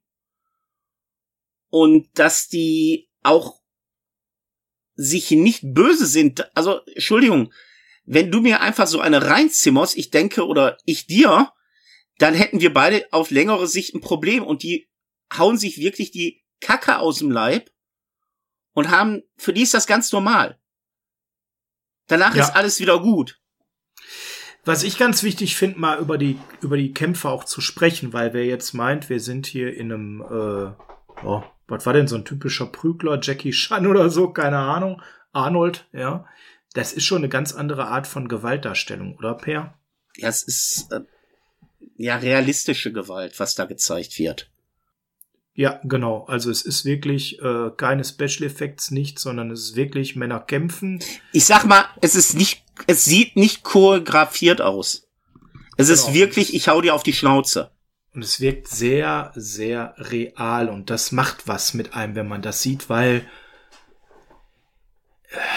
und dass die auch sich nicht böse sind. Also, Entschuldigung, wenn du mir einfach so eine reinzimmerst, ich denke, oder ich dir, dann hätten wir beide auf längere Sicht ein Problem und die hauen sich wirklich die Kacke aus dem Leib und haben, für die ist das ganz normal. Danach ja. ist alles wieder gut. Was ich ganz wichtig finde, mal über die über die Kämpfe auch zu sprechen, weil wer jetzt meint, wir sind hier in einem, äh, oh, was war denn so ein typischer Prügler, Jackie Chan oder so, keine Ahnung, Arnold, ja, das ist schon eine ganz andere Art von Gewaltdarstellung, oder Per? Ja, es ist äh, ja realistische Gewalt, was da gezeigt wird. Ja, genau. Also es ist wirklich äh, keine Special Effects, nichts, sondern es ist wirklich Männer kämpfen. Ich sag mal, es ist nicht, es sieht nicht choreografiert aus. Es genau. ist wirklich, ich hau dir auf die Schnauze. Und es wirkt sehr, sehr real und das macht was mit einem, wenn man das sieht, weil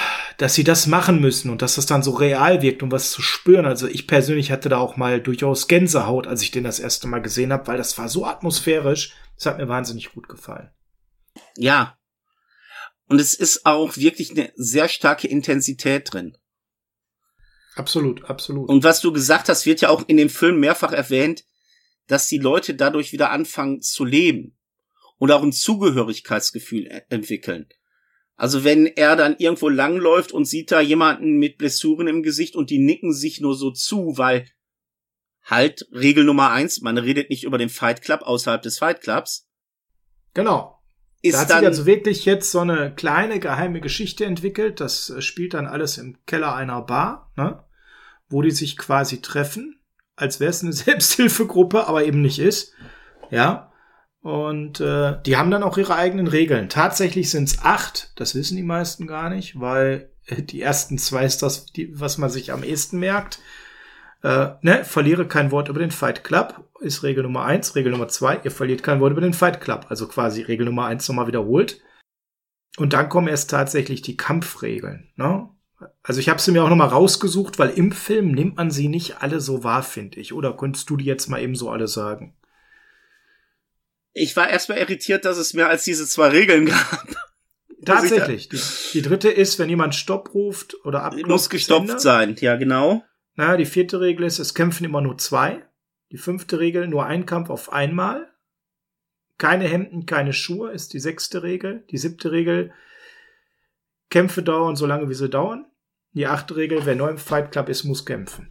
dass sie das machen müssen und dass das dann so real wirkt, um was zu spüren. Also ich persönlich hatte da auch mal durchaus Gänsehaut, als ich den das erste Mal gesehen habe, weil das war so atmosphärisch. Das hat mir wahnsinnig gut gefallen. Ja. Und es ist auch wirklich eine sehr starke Intensität drin. Absolut, absolut. Und was du gesagt hast, wird ja auch in dem Film mehrfach erwähnt, dass die Leute dadurch wieder anfangen zu leben und auch ein Zugehörigkeitsgefühl e- entwickeln. Also wenn er dann irgendwo langläuft und sieht da jemanden mit Blessuren im Gesicht und die nicken sich nur so zu, weil halt Regel Nummer eins, man redet nicht über den Fight Club außerhalb des Fight Clubs. Genau. Ist da hat dann, sich also wirklich jetzt so eine kleine geheime Geschichte entwickelt. Das spielt dann alles im Keller einer Bar, ne? Wo die sich quasi treffen, als wäre es eine Selbsthilfegruppe, aber eben nicht ist. Ja. Und äh, die haben dann auch ihre eigenen Regeln. Tatsächlich sind es acht, das wissen die meisten gar nicht, weil die ersten zwei ist das, die, was man sich am ehesten merkt. Äh, ne, verliere kein Wort über den Fight Club, ist Regel Nummer eins. Regel Nummer zwei, ihr verliert kein Wort über den Fight Club. Also quasi Regel Nummer eins nochmal wiederholt. Und dann kommen erst tatsächlich die Kampfregeln. Ne? Also ich habe sie mir auch nochmal rausgesucht, weil im Film nimmt man sie nicht alle so wahr, finde ich. Oder könntest du die jetzt mal eben so alle sagen? Ich war erstmal irritiert, dass es mehr als diese zwei Regeln gab. Tatsächlich. Die, die dritte ist, wenn jemand Stopp ruft oder abklopft. Muss gestopft sein, ja genau. Na, die vierte Regel ist, es kämpfen immer nur zwei. Die fünfte Regel, nur ein Kampf auf einmal. Keine Hemden, keine Schuhe ist die sechste Regel. Die siebte Regel, Kämpfe dauern so lange, wie sie dauern. Die achte Regel, wer neu im Fight Club ist, muss kämpfen.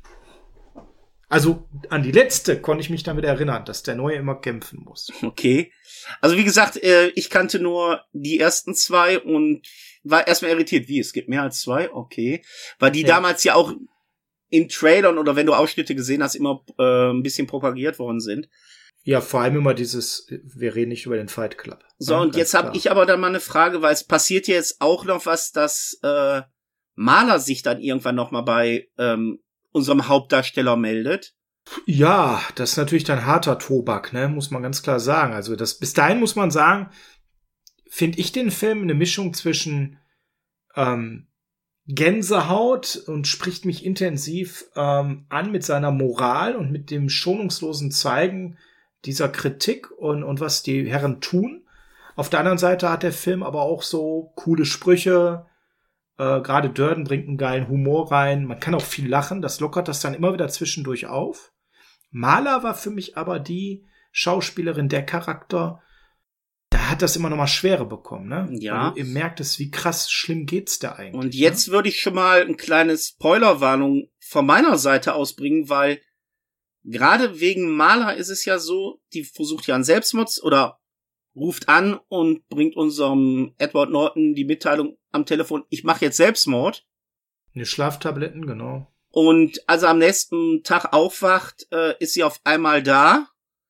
Also an die letzte konnte ich mich damit erinnern, dass der Neue immer kämpfen muss. Okay. Also wie gesagt, äh, ich kannte nur die ersten zwei und war erstmal irritiert. Wie, es gibt mehr als zwei? Okay. Weil die ja. damals ja auch in Trailern oder wenn du Ausschnitte gesehen hast, immer äh, ein bisschen propagiert worden sind. Ja, vor allem immer dieses, wir reden nicht über den Fight Club. So, ja, und jetzt habe ich aber dann mal eine Frage, weil es passiert jetzt auch noch was, dass äh, Mahler sich dann irgendwann noch mal bei ähm, unserem Hauptdarsteller meldet. Ja, das ist natürlich dann harter Tobak, ne, muss man ganz klar sagen. Also das bis dahin muss man sagen, finde ich den Film eine Mischung zwischen ähm, Gänsehaut und spricht mich intensiv ähm, an mit seiner Moral und mit dem schonungslosen Zeigen dieser Kritik und, und was die Herren tun. Auf der anderen Seite hat der Film aber auch so coole Sprüche. Äh, Gerade Durden bringt einen geilen Humor rein. Man kann auch viel lachen. Das lockert das dann immer wieder zwischendurch auf. Mahler war für mich aber die Schauspielerin, der Charakter, da hat das immer noch mal schwerer bekommen, ne? Ja. Weil du eben merktest, wie krass schlimm geht's da eigentlich. Und jetzt ne? würde ich schon mal ein kleines Spoilerwarnung von meiner Seite ausbringen, weil gerade wegen Mahler ist es ja so, die versucht ja einen Selbstmord oder ruft an und bringt unserem Edward Norton die Mitteilung am Telefon, ich mache jetzt Selbstmord. Eine Schlaftabletten, genau. Und als er am nächsten Tag aufwacht, äh, ist sie auf einmal da.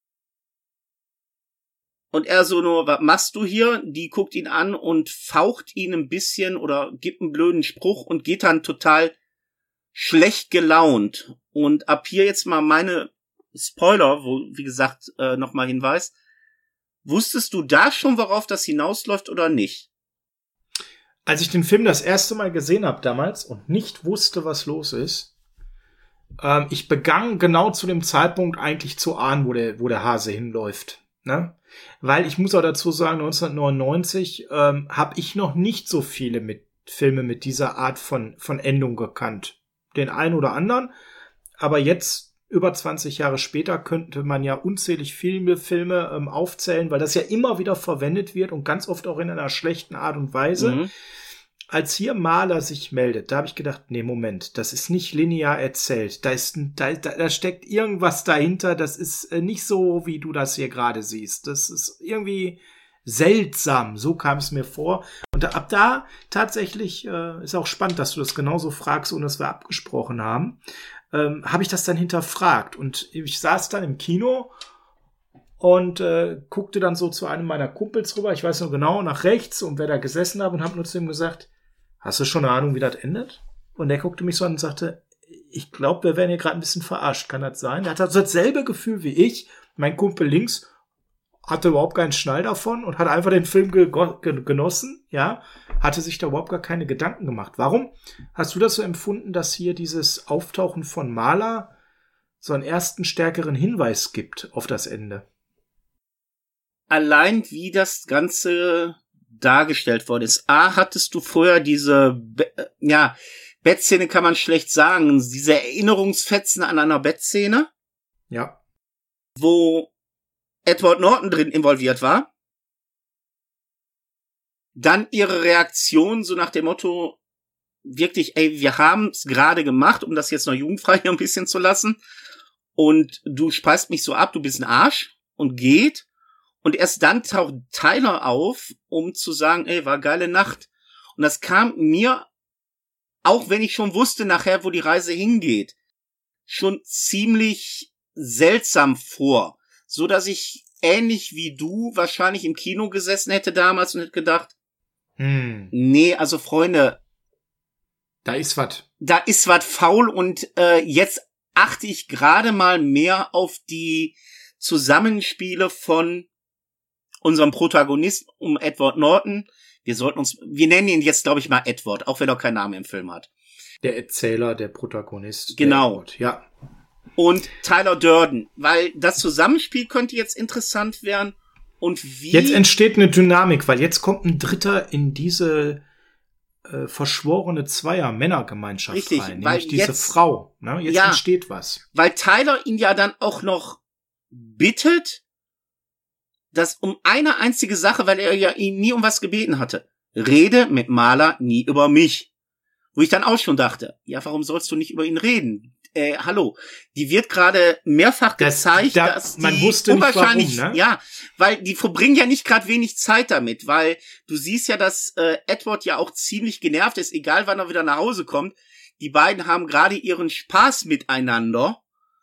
Und er so nur, was machst du hier? Die guckt ihn an und faucht ihn ein bisschen oder gibt einen blöden Spruch und geht dann total schlecht gelaunt. Und ab hier jetzt mal meine Spoiler, wo, wie gesagt, äh, nochmal Hinweis. Wusstest du da schon, worauf das hinausläuft oder nicht? Als ich den Film das erste Mal gesehen habe damals und nicht wusste, was los ist, ähm, ich begann genau zu dem Zeitpunkt eigentlich zu ahnen, wo der, wo der Hase hinläuft. Ne? Weil ich muss auch dazu sagen, neunzehnhundertneunundneunzig ähm, habe ich noch nicht so viele mit Filme mit dieser Art von, von Endung gekannt. Den einen oder anderen. Aber jetzt, über zwanzig Jahre später, könnte man ja unzählig viele Filme ähm, aufzählen, weil das ja immer wieder verwendet wird und ganz oft auch in einer schlechten Art und Weise. Mhm. Als hier Mahler sich meldet, da habe ich gedacht, nee, Moment, das ist nicht linear erzählt. Da ist, da, da, da steckt irgendwas dahinter, das ist äh, nicht so, wie du das hier gerade siehst. Das ist irgendwie seltsam, so kam es mir vor. Und ab da tatsächlich, äh, ist auch spannend, dass du das genauso fragst, ohne dass wir abgesprochen haben, ähm, habe ich das dann hinterfragt. Und ich saß dann im Kino und äh, guckte dann so zu einem meiner Kumpels rüber, ich weiß noch genau, nach rechts und wer da gesessen hat und habe nur zu ihm gesagt, hast du schon eine Ahnung, wie das endet? Und der guckte mich so an und sagte, ich glaube, wir werden hier gerade ein bisschen verarscht, kann das sein? Der hat also dasselbe Gefühl wie ich, mein Kumpel links, hatte überhaupt keinen Schnall davon und hat einfach den Film gego- ge- genossen, ja, hatte sich da überhaupt gar keine Gedanken gemacht. Warum hast du das so empfunden, dass hier dieses Auftauchen von Marla so einen ersten stärkeren Hinweis gibt auf das Ende? Allein wie das Ganze dargestellt worden ist. A, hattest du vorher diese, Be- ja, Bettszene kann man schlecht sagen, diese Erinnerungsfetzen an einer Bettszene. Ja. Wo Edward Norton drin involviert war. Dann ihre Reaktion so nach dem Motto, wirklich, ey, wir haben es gerade gemacht, um das jetzt noch jugendfrei hier ein bisschen zu lassen. Und du speist mich so ab, du bist ein Arsch und geht. Und erst dann taucht Tyler auf, um zu sagen, ey, war geile Nacht. Und das kam mir, auch wenn ich schon wusste nachher, wo die Reise hingeht, schon ziemlich seltsam vor. So dass ich ähnlich wie du wahrscheinlich im Kino gesessen hätte damals und hätte gedacht, Hm. nee, also Freunde, Da ist was. da ist was faul und äh, jetzt achte ich gerade mal mehr auf die Zusammenspiele von unserem Protagonisten um Edward Norton. Wir sollten uns, wir nennen ihn jetzt, glaube ich, mal Edward, auch wenn er keinen Namen im Film hat. Der Erzähler, der Protagonist. Genau. Der Edward, ja. Und Tyler Durden, weil das Zusammenspiel könnte jetzt interessant werden. Und wie... Jetzt entsteht eine Dynamik, weil jetzt kommt ein Dritter in diese äh, verschworene Zweier-Männergemeinschaft Richtig, rein, weil nämlich diese jetzt- Frau. Ne? Jetzt Ja. entsteht was. Weil Tyler ihn ja dann auch noch bittet, dass um eine einzige Sache, weil er ja ihn nie um was gebeten hatte. Rede mit Marla nie über mich. Wo ich dann auch schon dachte, ja, warum sollst du nicht über ihn reden? Äh, hallo, die wird gerade mehrfach Das- gezeigt, da- dass die man wusste nicht, unwahrscheinlich, warum, ne? ja, weil die verbringen ja nicht gerade wenig Zeit damit, weil du siehst ja, dass äh, Edward ja auch ziemlich genervt ist, egal wann er wieder nach Hause kommt. Die beiden haben gerade ihren Spaß miteinander.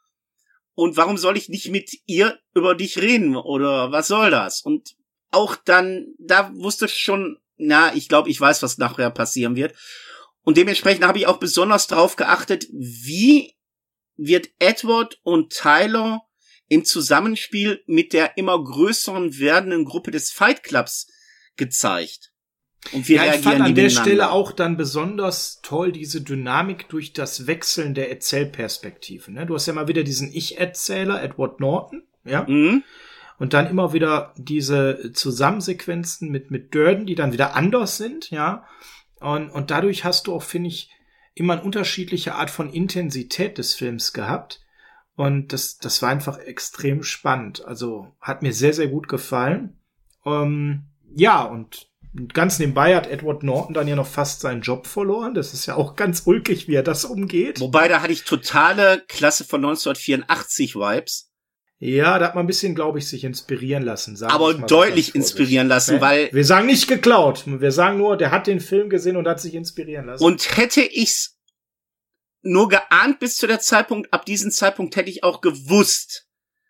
Und warum soll ich nicht mit ihr über dich reden? Oder was soll das? Und auch dann, da wusste ich schon, na, ich glaube, ich weiß, was nachher passieren wird. Und dementsprechend habe ich auch besonders darauf geachtet, wie wird Edward und Tyler im Zusammenspiel mit der immer größeren werdenden Gruppe des Fight Clubs gezeigt. Und wir Ja, ich reagieren fand an die der miteinander. Stelle auch dann besonders toll diese Dynamik durch das Wechseln der Erzählperspektiven. Ne? Du hast ja mal wieder diesen Ich-Erzähler, Edward Norton, ja, Mhm. und dann immer wieder diese Zusammensequenzen mit mit Durden, die dann wieder anders sind, ja, und und dadurch hast du auch, finde ich, immer eine unterschiedliche Art von Intensität des Films gehabt. Und das, das war einfach extrem spannend. Also hat mir sehr, sehr gut gefallen. Ähm, ja, und ganz nebenbei hat Edward Norton dann ja noch fast seinen Job verloren. Das ist ja auch ganz ulkig, wie er das umgeht. Wobei, da hatte ich totale Klasse von neunzehnhundertvierundachtzig Vibes. Ja, da hat man ein bisschen, glaube ich, sich inspirieren lassen. Sagen Aber wir's mal so deutlich ganz vorsichtig. inspirieren lassen, Ne? weil- Wir sagen nicht geklaut. Wir sagen nur, der hat den Film gesehen und hat sich inspirieren lassen. Und hätte ich's nur geahnt bis zu der Zeitpunkt, ab diesem Zeitpunkt hätte ich auch gewusst,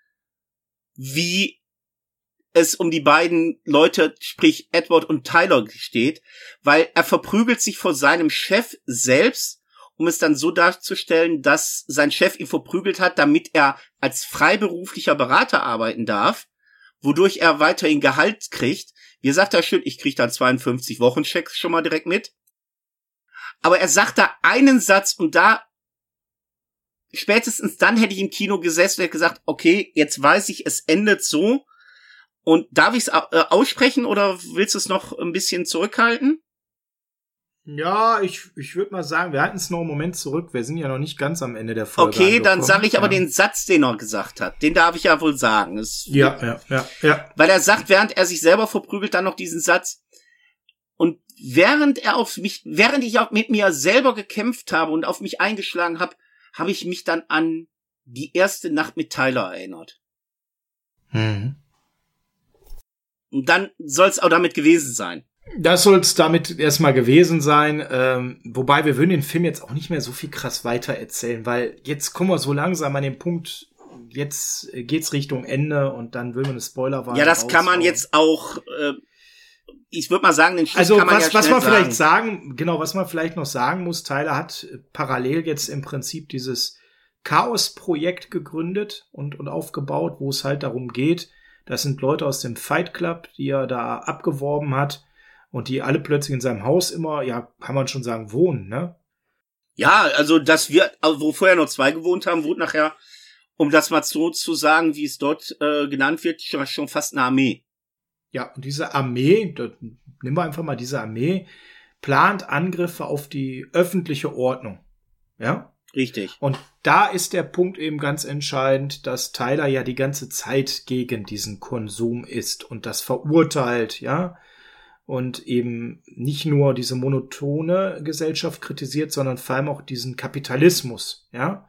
wie es um die beiden Leute, sprich Edward und Tyler, steht, weil er verprügelt sich vor seinem Chef selbst, um es dann so darzustellen, dass sein Chef ihn verprügelt hat, damit er als freiberuflicher Berater arbeiten darf, wodurch er weiterhin Gehalt kriegt. Wie sagt er schön, ich krieg da zweiundfünfzig Wochenchecks schon mal direkt mit. Aber er sagt da einen Satz und da, spätestens dann hätte ich im Kino gesessen und hätte gesagt, okay, jetzt weiß ich, es endet so. Und darf ich es äh, aussprechen oder willst du es noch ein bisschen zurückhalten? Ja, ich, ich würde mal sagen, wir halten es noch einen Moment zurück. Wir sind ja noch nicht ganz am Ende der Folge Okay, dann angekommen. sage ich aber ja. den Satz, den er gesagt hat. Den darf ich ja wohl sagen. Es, Ja, ja, ja, ja. Weil er sagt, während er sich selber verprügelt, dann noch diesen Satz. Und während er auf mich, während ich auch mit mir selber gekämpft habe und auf mich eingeschlagen habe, habe ich mich dann an die erste Nacht mit Tyler erinnert. Mhm. Und dann soll es auch damit gewesen sein. Das soll es damit erstmal gewesen sein. Ähm, wobei wir würden den Film jetzt auch nicht mehr so viel krass weiter erzählen, weil jetzt kommen wir so langsam an den Punkt, jetzt geht's Richtung Ende und dann will man eine Spoilerwarnung Ja, das kann man raushauen. jetzt auch, äh, ich würde mal sagen, den Schluss Also kann man was, ja was schnell man vielleicht sagen. sagen, genau, was man vielleicht noch sagen muss, Tyler hat parallel jetzt im Prinzip dieses Chaos-Projekt gegründet und, und aufgebaut, wo es halt darum geht, Das sind Leute aus dem Fight Club, die er da abgeworben hat und die alle plötzlich in seinem Haus immer, ja, kann man schon sagen, wohnen, ne? Ja, also dass wir, also wo vorher nur zwei gewohnt haben, wurde nachher, um das mal so zu sagen, wie es dort äh, genannt wird, schon, schon fast eine Armee. Ja, und diese Armee, da, nehmen wir einfach mal diese Armee, plant Angriffe auf die öffentliche Ordnung. Ja? Richtig. Und da ist der Punkt eben ganz entscheidend, dass Tyler ja die ganze Zeit gegen diesen Konsum ist und das verurteilt, ja. Und eben nicht nur diese monotone Gesellschaft kritisiert, sondern vor allem auch diesen Kapitalismus, ja.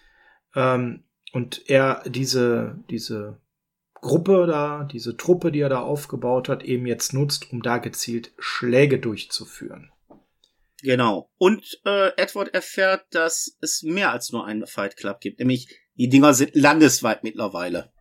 Ähm, und er diese, diese Gruppe da, diese Truppe, die er da aufgebaut hat, eben jetzt nutzt, um da gezielt Schläge durchzuführen. Genau. Und äh, Edward erfährt, dass es mehr als nur einen Fight Club gibt. Nämlich, die Dinger sind landesweit mittlerweile.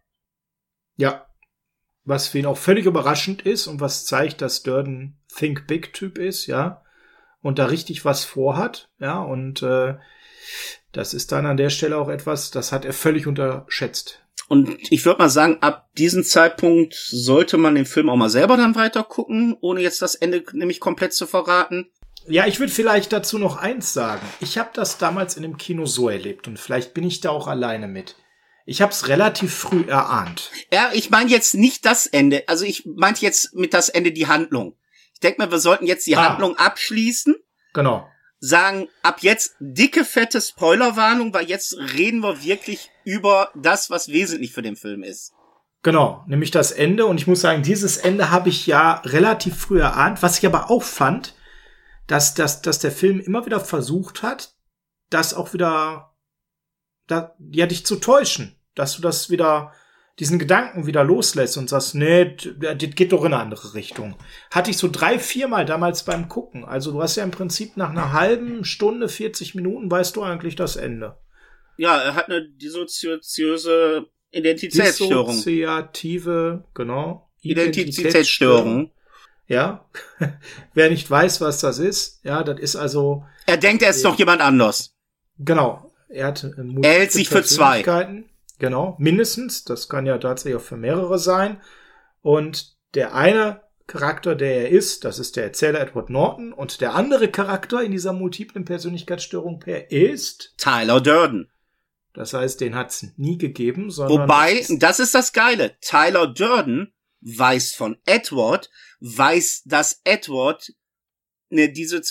Ja. Was für ihn auch völlig überraschend ist und was zeigt, dass Durden Think Big Typ ist, ja. Und da richtig was vorhat, ja. Und äh, das ist dann an der Stelle auch etwas, das hat er völlig unterschätzt. Und ich würde mal sagen, ab diesem Zeitpunkt sollte man den Film auch mal selber dann weiter gucken, ohne jetzt das Ende nämlich komplett zu verraten. Ja, ich würde vielleicht dazu noch eins sagen. Ich habe das damals in dem Kino so erlebt und vielleicht bin ich da auch alleine mit. Ich habe es relativ früh erahnt. Ja, ich meine jetzt nicht das Ende. Also ich meinte jetzt mit das Ende die Handlung. Ich denke mal, wir sollten jetzt die ah. Handlung abschließen. Genau. Sagen, ab jetzt dicke, fette Spoilerwarnung, weil jetzt reden wir wirklich über das, was wesentlich für den Film ist. Genau, nämlich das Ende. Und ich muss sagen, dieses Ende habe ich ja relativ früh erahnt. Was ich aber auch fand, dass, dass, dass der Film immer wieder versucht hat, das auch wieder, da, ja, dich zu täuschen. Dass du das wieder, diesen Gedanken wieder loslässt und sagst, nee, das geht doch in eine andere Richtung. Hatte ich so drei, viermal damals beim Gucken. Also du hast ja im Prinzip nach einer halben Stunde, vierzig Minuten, weißt du eigentlich das Ende. Ja, er hat eine dissoziöse Identitätsstörung. Dissoziative, genau. Identitätsstörung. Ja. Wer nicht weiß, was das ist, ja, das ist also. Er denkt, er ist doch jemand anders. Genau. Er hat äh, Er hält sich für zwei. Genau, mindestens. Das kann ja tatsächlich auch für mehrere sein. Und der eine Charakter, der er ist, das ist der Erzähler Edward Norton. Und der andere Charakter in dieser multiplen Persönlichkeitsstörung Per ist Tyler Durden. Das heißt, den hat's nie gegeben, sondern. Wobei, das ist das Geile. Tyler Durden weiß von Edward, weiß, dass Edward eine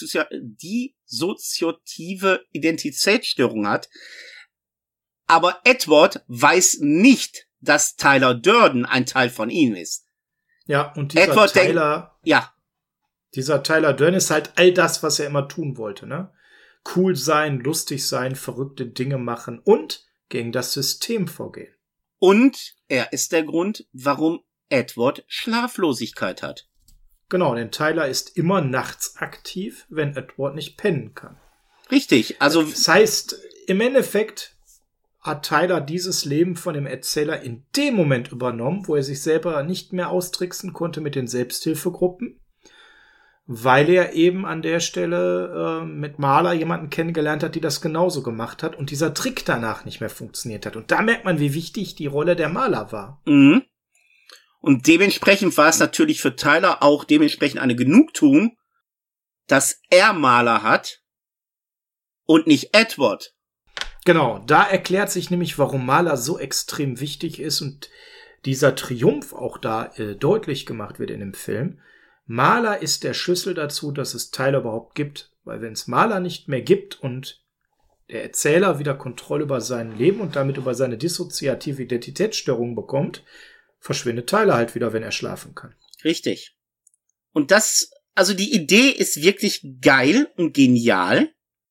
dissoziative Identitätsstörung hat. Aber Edward weiß nicht, dass Tyler Durden ein Teil von ihm ist. Ja, und dieser Edward Tyler, denk, ja. dieser Tyler Durden ist halt all das, was er immer tun wollte, ne? Cool sein, lustig sein, verrückte Dinge machen und gegen das System vorgehen. Und er ist der Grund, warum Edward Schlaflosigkeit hat. Genau, denn Tyler ist immer nachts aktiv, wenn Edward nicht pennen kann. Richtig, also. Das heißt, im Endeffekt hat Tyler dieses Leben von dem Erzähler in dem Moment übernommen, wo er sich selber nicht mehr austricksen konnte mit den Selbsthilfegruppen, weil er eben an der Stelle äh, mit Marla jemanden kennengelernt hat, die das genauso gemacht hat und dieser Trick danach nicht mehr funktioniert hat. Und da merkt man, wie wichtig die Rolle der Marla war. Mhm. Und dementsprechend war es natürlich für Tyler auch dementsprechend eine Genugtuung, dass er Marla hat und nicht Edward. Genau, da erklärt sich nämlich, warum Marla so extrem wichtig ist und dieser Triumph auch da äh, deutlich gemacht wird in dem Film. Marla ist der Schlüssel dazu, dass es Tyler überhaupt gibt. Weil wenn es Marla nicht mehr gibt und der Erzähler wieder Kontrolle über sein Leben und damit über seine dissoziative Identitätsstörung bekommt, verschwindet Tyler halt wieder, wenn er schlafen kann. Richtig. Und das, also die Idee ist wirklich geil und genial.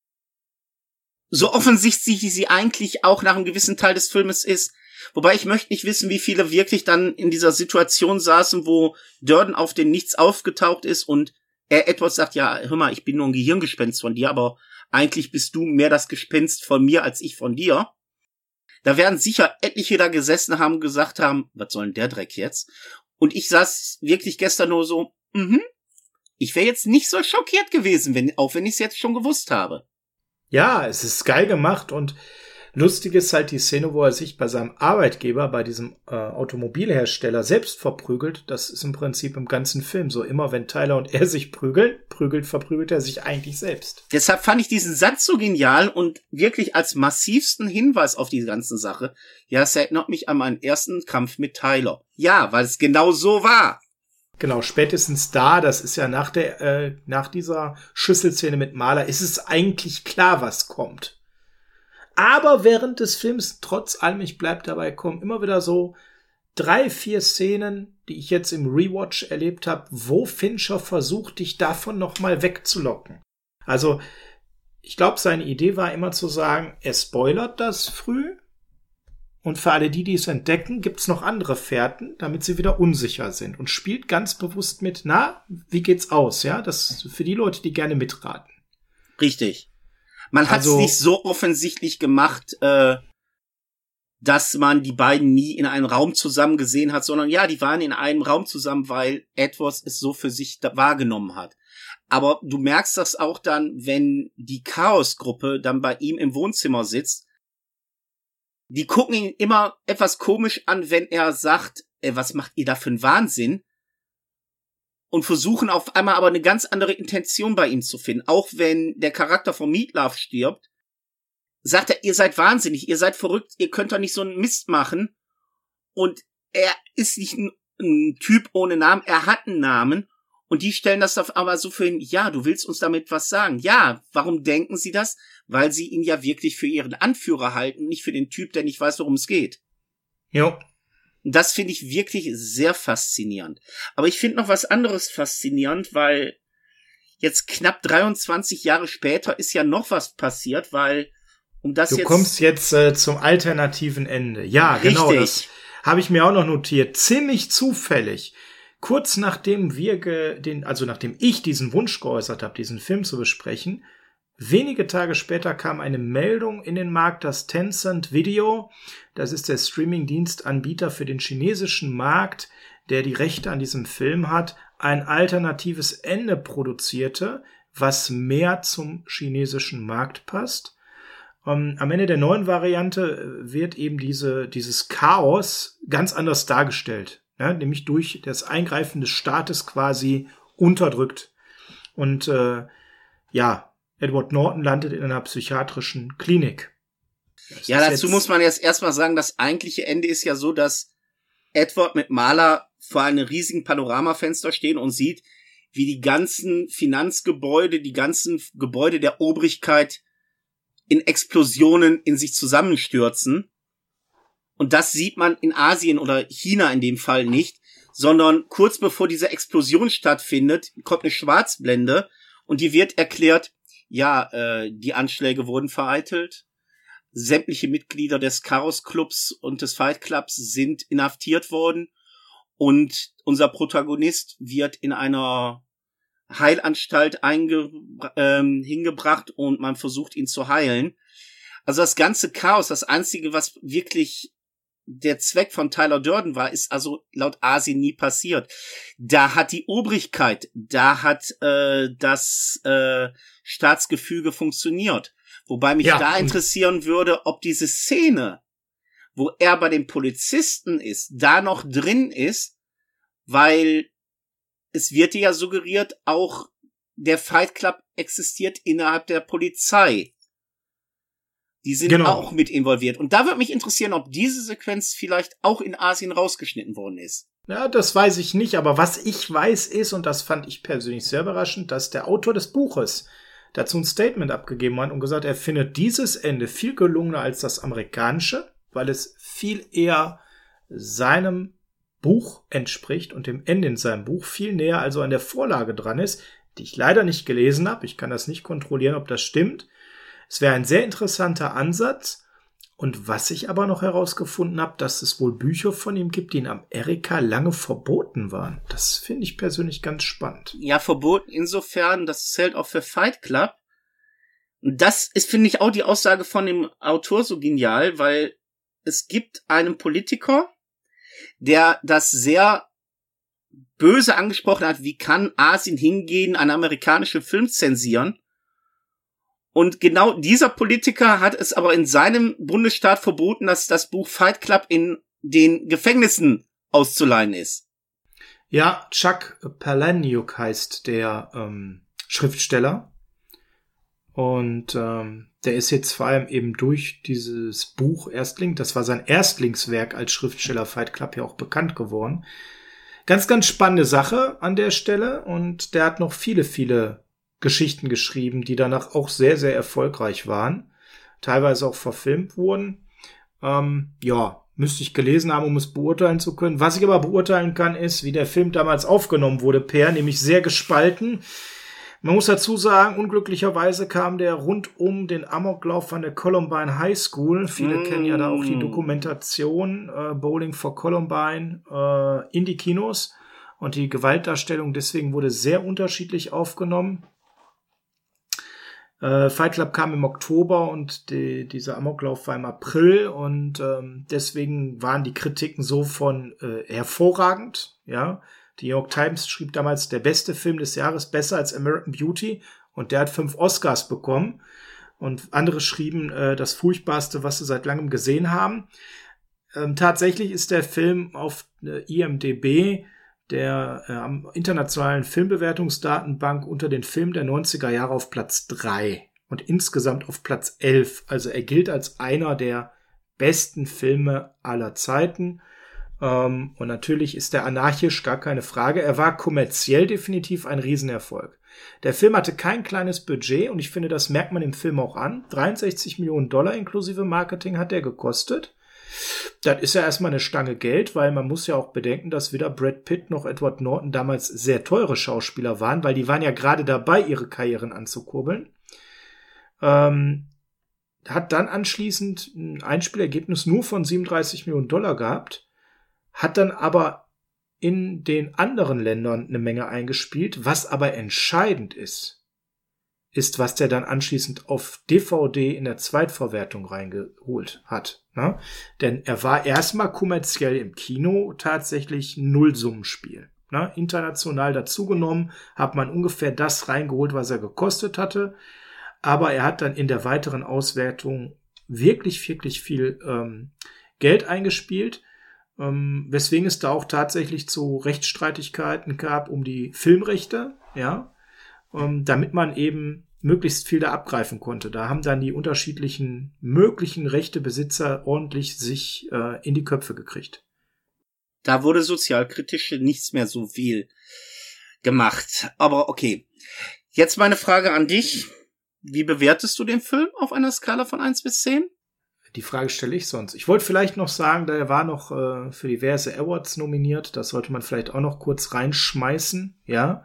So offensichtlich sie eigentlich auch nach einem gewissen Teil des Filmes ist. Wobei ich möchte nicht wissen, wie viele wirklich dann in dieser Situation saßen, wo Durden auf dem Nichts aufgetaucht ist und er Edward sagt, ja, hör mal, ich bin nur ein Gehirngespenst von dir, aber eigentlich bist du mehr das Gespenst von mir als ich von dir. Da werden sicher etliche da gesessen haben und gesagt haben, was soll denn der Dreck jetzt? Und ich saß wirklich gestern nur so, mhm, ich wäre jetzt nicht so schockiert gewesen, wenn, auch wenn ich es jetzt schon gewusst habe. Ja, es ist geil gemacht und Lustig ist halt die Szene, wo er sich bei seinem Arbeitgeber, bei diesem äh, Automobilhersteller selbst verprügelt. Das ist im Prinzip im ganzen Film so. Immer wenn Tyler und er sich prügeln, prügelt, verprügelt er sich eigentlich selbst. Deshalb fand ich diesen Satz so genial und wirklich als massivsten Hinweis auf die ganze Sache. Ja, es erinnert mich an meinen ersten Kampf mit Tyler. Ja, weil es genau so war. Genau, spätestens da, das ist ja nach der, äh, nach dieser Schüsselszene mit Marla, ist es eigentlich klar, was kommt. Aber während des Films, trotz allem, ich bleib dabei, kommen immer wieder so drei, vier Szenen, die ich jetzt im Rewatch erlebt habe, wo Fincher versucht, dich davon nochmal wegzulocken. Also, ich glaube, seine Idee war immer zu sagen, er spoilert das früh. Und für alle die, die es entdecken, gibt's noch andere Fährten, damit sie wieder unsicher sind. Und spielt ganz bewusst mit, na, wie geht's aus? Ja, das für die Leute, die gerne mitraten. Richtig. Man hat es also nicht so offensichtlich gemacht, äh, dass man die beiden nie in einem Raum zusammen gesehen hat, sondern ja, die waren in einem Raum zusammen, weil Edwards es so für sich da wahrgenommen hat. Aber du merkst das auch dann, wenn die Chaos-Gruppe dann bei ihm im Wohnzimmer sitzt. Die gucken ihn immer etwas komisch an, wenn er sagt, ey, was macht ihr da für einen Wahnsinn? Und versuchen auf einmal aber eine ganz andere Intention bei ihm zu finden. Auch wenn der Charakter von Meatloaf stirbt, sagt er, ihr seid wahnsinnig, ihr seid verrückt, ihr könnt doch nicht so einen Mist machen. Und er ist nicht ein, ein Typ ohne Namen, er hat einen Namen. Und die stellen das auf einmal so für ihn, ja, du willst uns damit was sagen. Ja, warum denken sie das? Weil sie ihn ja wirklich für ihren Anführer halten, nicht für den Typ, der nicht weiß, worum es geht. Jo. Das finde ich wirklich sehr faszinierend. Aber ich finde noch was anderes faszinierend, weil jetzt knapp dreiundzwanzig Jahre später ist ja noch was passiert, weil um das du jetzt... Du kommst jetzt äh, zum alternativen Ende. Ja, richtig. Genau, das habe ich mir auch noch notiert. Ziemlich zufällig. Kurz nachdem wir ge- den, also nachdem ich diesen Wunsch geäußert habe, diesen Film zu besprechen, wenige Tage später kam eine Meldung in den Markt, dass Tencent Video, das ist der Streaming-Dienstanbieter für den chinesischen Markt, der die Rechte an diesem Film hat, ein alternatives Ende produzierte, was mehr zum chinesischen Markt passt. Um, am Ende der neuen Variante wird eben diese, dieses Chaos ganz anders dargestellt. Ja, nämlich durch das Eingreifen des Staates quasi unterdrückt. Und äh, ja, Edward Norton landet in einer psychiatrischen Klinik. Das ja, dazu muss man jetzt erstmal sagen, das eigentliche Ende ist ja so, dass Edward mit Marla vor einem riesigen Panoramafenster stehen und sieht, wie die ganzen Finanzgebäude, die ganzen Gebäude der Obrigkeit in Explosionen in sich zusammenstürzen. Und das sieht man in Asien oder China in dem Fall nicht, sondern kurz bevor diese Explosion stattfindet, kommt eine Schwarzblende und die wird erklärt, ja, äh, die Anschläge wurden vereitelt, sämtliche Mitglieder des Chaos Clubs und des Fight Clubs sind inhaftiert worden und unser Protagonist wird in einer Heilanstalt einge- ähm, hingebracht und man versucht ihn zu heilen. Also das ganze Chaos, das Einzige, was wirklich der Zweck von Tyler Durden war, ist also laut Asien nie passiert. Da hat die Obrigkeit, da hat äh, das äh, Staatsgefüge funktioniert. Wobei mich ja. da interessieren würde, ob diese Szene, wo er bei den Polizisten ist, da noch drin ist, weil es wird ja suggeriert, auch der Fight Club existiert innerhalb der Polizei. Die sind genau. auch mit involviert. Und da würde mich interessieren, ob diese Sequenz vielleicht auch in Asien rausgeschnitten worden ist. Ja, das weiß ich nicht. Aber was ich weiß ist, und das fand ich persönlich sehr überraschend, dass der Autor des Buches dazu ein Statement abgegeben hat und gesagt, er findet dieses Ende viel gelungener als das amerikanische, weil es viel eher seinem Buch entspricht und dem Ende in seinem Buch viel näher also an der Vorlage dran ist, die ich leider nicht gelesen habe. Ich kann das nicht kontrollieren, ob das stimmt. Es wäre ein sehr interessanter Ansatz. Und was ich aber noch herausgefunden habe, dass es wohl Bücher von ihm gibt, die in Amerika lange verboten waren. Das finde ich persönlich ganz spannend. Ja, verboten insofern, das zählt auch für Fight Club. Und das ist, finde ich, auch die Aussage von dem Autor so genial, weil es gibt einen Politiker, der das sehr böse angesprochen hat, wie kann Asien hingehen, einen amerikanischen Film zensieren? Und genau dieser Politiker hat es aber in seinem Bundesstaat verboten, dass das Buch Fight Club in den Gefängnissen auszuleihen ist. Ja, Chuck Palahniuk heißt der ähm, Schriftsteller. Und ähm, der ist jetzt vor allem eben durch dieses Buch Erstling, das war sein Erstlingswerk als Schriftsteller, Fight Club, ja auch bekannt geworden. Ganz, ganz spannende Sache an der Stelle. Und der hat noch viele, viele Geschichten geschrieben, die danach auch sehr, sehr erfolgreich waren. Teilweise auch verfilmt wurden. Ähm, ja, müsste ich gelesen haben, um es beurteilen zu können. Was ich aber beurteilen kann, ist, wie der Film damals aufgenommen wurde, Per, nämlich sehr gespalten. Man muss dazu sagen, unglücklicherweise kam der rund um den Amoklauf an der Columbine High School. Viele mm. kennen ja da auch die Dokumentation äh, Bowling for Columbine äh, in die Kinos. Und die Gewaltdarstellung deswegen wurde sehr unterschiedlich aufgenommen. Äh, Fight Club kam im Oktober und die, dieser Amoklauf war im April. Und ähm, deswegen waren die Kritiken so von äh, hervorragend, ja. Die New York Times schrieb damals, der beste Film des Jahres, besser als American Beauty. Und der hat fünf Oscars bekommen. Und andere schrieben, äh, das Furchtbarste, was sie seit langem gesehen haben. Ähm, tatsächlich ist der Film auf äh, I M D B, der äh, internationalen Filmbewertungsdatenbank, unter den Filmen der neunziger Jahre auf Platz drei. Und insgesamt auf Platz elf. Also er gilt als einer der besten Filme aller Zeiten. Um, und natürlich ist er anarchisch, gar keine Frage. Er war kommerziell definitiv ein Riesenerfolg. Der Film hatte kein kleines Budget und ich finde, das merkt man im Film auch an. dreiundsechzig Millionen Dollar inklusive Marketing hat er gekostet. Das ist ja erstmal eine Stange Geld, weil man muss ja auch bedenken, dass weder Brad Pitt noch Edward Norton damals sehr teure Schauspieler waren, weil die waren ja gerade dabei, ihre Karrieren anzukurbeln. Ähm, hat dann anschließend ein Einspielergebnis nur von siebenunddreißig Millionen Dollar gehabt. Hat dann aber in den anderen Ländern eine Menge eingespielt. Was aber entscheidend ist, ist, was der dann anschließend auf D V D in der Zweitverwertung reingeholt hat. Ne? Denn er war erstmal kommerziell im Kino tatsächlich Nullsummenspiel. Ne? International dazugenommen hat man ungefähr das reingeholt, was er gekostet hatte. Aber er hat dann in der weiteren Auswertung wirklich, wirklich viel ähm, Geld eingespielt. Ähm, weswegen es da auch tatsächlich zu Rechtsstreitigkeiten gab um die Filmrechte, ja, ähm, damit man eben möglichst viel da abgreifen konnte. Da haben dann die unterschiedlichen möglichen Rechtebesitzer ordentlich sich äh, in die Köpfe gekriegt. Da wurde sozialkritisch nichts mehr so viel gemacht. Aber okay. Jetzt meine Frage an dich. Wie bewertest du den Film auf einer Skala von eins bis zehn? Die Frage stelle ich sonst. Ich wollte vielleicht noch sagen, da er war noch äh, für diverse Awards nominiert. Das sollte man vielleicht auch noch kurz reinschmeißen. Ja.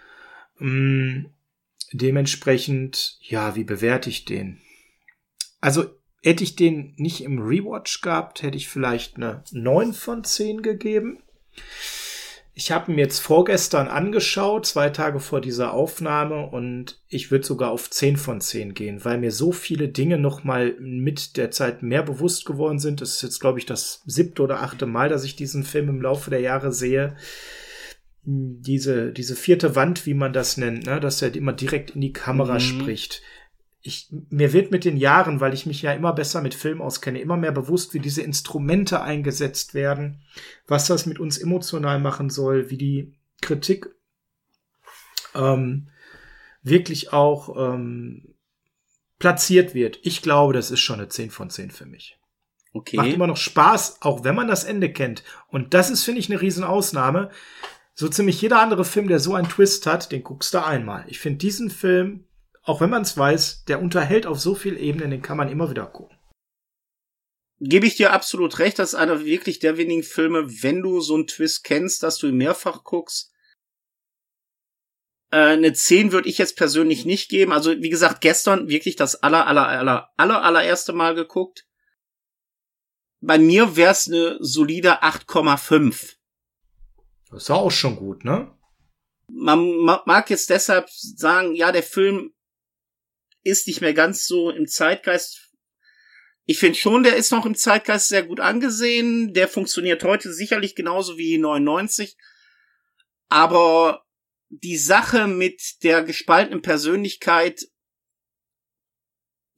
Mm, dementsprechend, ja, wie bewerte ich den? Also, hätte ich den nicht im Rewatch gehabt, hätte ich vielleicht eine neun von zehn gegeben. Ich habe ihn jetzt vorgestern angeschaut, zwei Tage vor dieser Aufnahme, und ich würde sogar auf zehn von zehn gehen, weil mir so viele Dinge noch mal mit der Zeit mehr bewusst geworden sind. Das ist jetzt, glaube ich, das siebte oder achte Mal, dass ich diesen Film im Laufe der Jahre sehe. Diese, diese vierte Wand, wie man das nennt, ne, dass er immer direkt in die Kamera mhm. spricht. Ich, mir wird mit den Jahren, weil ich mich ja immer besser mit Film auskenne, immer mehr bewusst, wie diese Instrumente eingesetzt werden, was das mit uns emotional machen soll, wie die Kritik ähm, wirklich auch ähm, platziert wird. Ich glaube, das ist schon eine zehn von zehn für mich. Okay. Macht immer noch Spaß, auch wenn man das Ende kennt. Und das ist, finde ich, eine Riesenausnahme. So ziemlich jeder andere Film, der so einen Twist hat, den guckst du einmal. Ich finde diesen Film, auch wenn man es weiß, der unterhält auf so vielen Ebenen, den kann man immer wieder gucken. Gebe ich dir absolut recht, das ist einer wirklich der wenigen Filme, wenn du so einen Twist kennst, dass du ihn mehrfach guckst. Äh, eine zehn würde ich jetzt persönlich nicht geben. Also wie gesagt, gestern wirklich das aller, aller, aller, aller, allererste Mal geguckt. Bei mir wäre es eine solide acht Komma fünf. Das ist auch schon gut, ne? Man mag jetzt deshalb sagen, ja, der Film ist nicht mehr ganz so im Zeitgeist. Ich finde schon, der ist noch im Zeitgeist sehr gut angesehen. Der funktioniert heute sicherlich genauso wie neunundneunzig. Aber die Sache mit der gespaltenen Persönlichkeit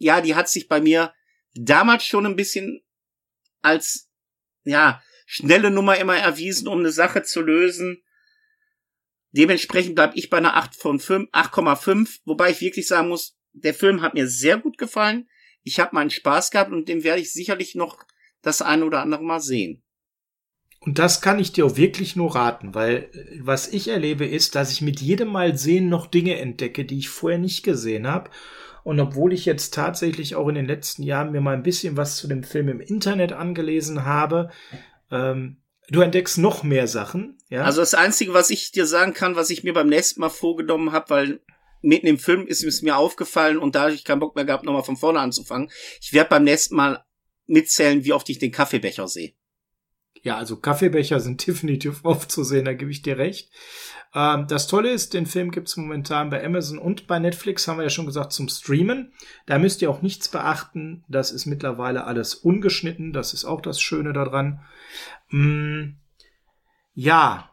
ja, die hat sich bei mir damals schon ein bisschen als, ja, schnelle Nummer immer erwiesen, um eine Sache zu lösen. Dementsprechend bleib ich bei einer acht von fünf, acht Komma fünf, wobei ich wirklich sagen muss, der Film hat mir sehr gut gefallen. Ich habe meinen Spaß gehabt und den werde ich sicherlich noch das eine oder andere Mal sehen. Und das kann ich dir auch wirklich nur raten, weil was ich erlebe ist, dass ich mit jedem Mal sehen noch Dinge entdecke, die ich vorher nicht gesehen habe. Und obwohl ich jetzt tatsächlich auch in den letzten Jahren mir mal ein bisschen was zu dem Film im Internet angelesen habe, ähm, du entdeckst noch mehr Sachen. Ja? Also das Einzige, was ich dir sagen kann, was ich mir beim nächsten Mal vorgenommen habe, weil mitten im Film ist es mir aufgefallen und da habe ich keinen Bock mehr gehabt, nochmal von vorne anzufangen. Ich werde beim nächsten Mal mitzählen, wie oft ich den Kaffeebecher sehe. Ja, also Kaffeebecher sind definitiv oft zu sehen, da gebe ich dir recht. Ähm, das Tolle ist, den Film gibt's momentan bei Amazon und bei Netflix, haben wir ja schon gesagt, zum Streamen. Da müsst ihr auch nichts beachten. Das ist mittlerweile alles ungeschnitten. Das ist auch das Schöne daran. Mm, ja,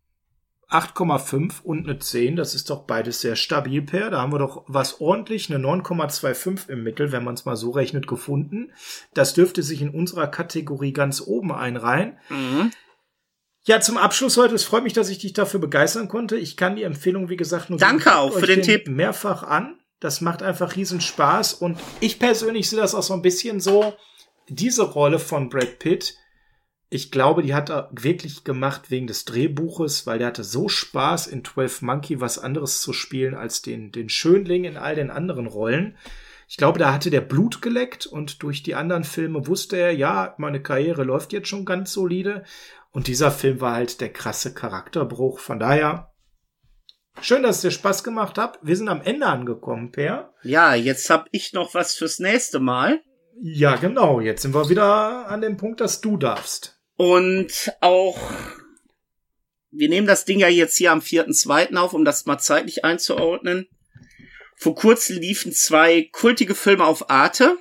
acht Komma fünf und eine zehn, das ist doch beides sehr stabil, Per. Da haben wir doch was ordentlich, eine neun Komma fünfundzwanzig im Mittel, wenn man es mal so rechnet, gefunden. Das dürfte sich in unserer Kategorie ganz oben einreihen. Mhm. Ja, zum Abschluss heute, es freut mich, dass ich dich dafür begeistern konnte. Ich kann die Empfehlung, wie gesagt, nur Danke auch für den, den Tipp. Mehrfach an. Das macht einfach riesen Spaß. Und ich persönlich sehe das auch so ein bisschen so, diese Rolle von Brad Pitt, ich glaube, die hat er wirklich gemacht wegen des Drehbuches, weil der hatte so Spaß in zwölf Monkey was anderes zu spielen als den, den Schönling in all den anderen Rollen. Ich glaube, da hatte der Blut geleckt und durch die anderen Filme wusste er, ja, meine Karriere läuft jetzt schon ganz solide. Und dieser Film war halt der krasse Charakterbruch. Von daher, schön, dass es dir Spaß gemacht hat. Wir sind am Ende angekommen, Per. Ja, jetzt hab ich noch was fürs nächste Mal. Ja, genau. Jetzt sind wir wieder an dem Punkt, dass du darfst. Und auch, wir nehmen das Ding ja jetzt hier am vierten zweiten auf, um das mal zeitlich einzuordnen. Vor kurzem liefen zwei kultige Filme auf Arte.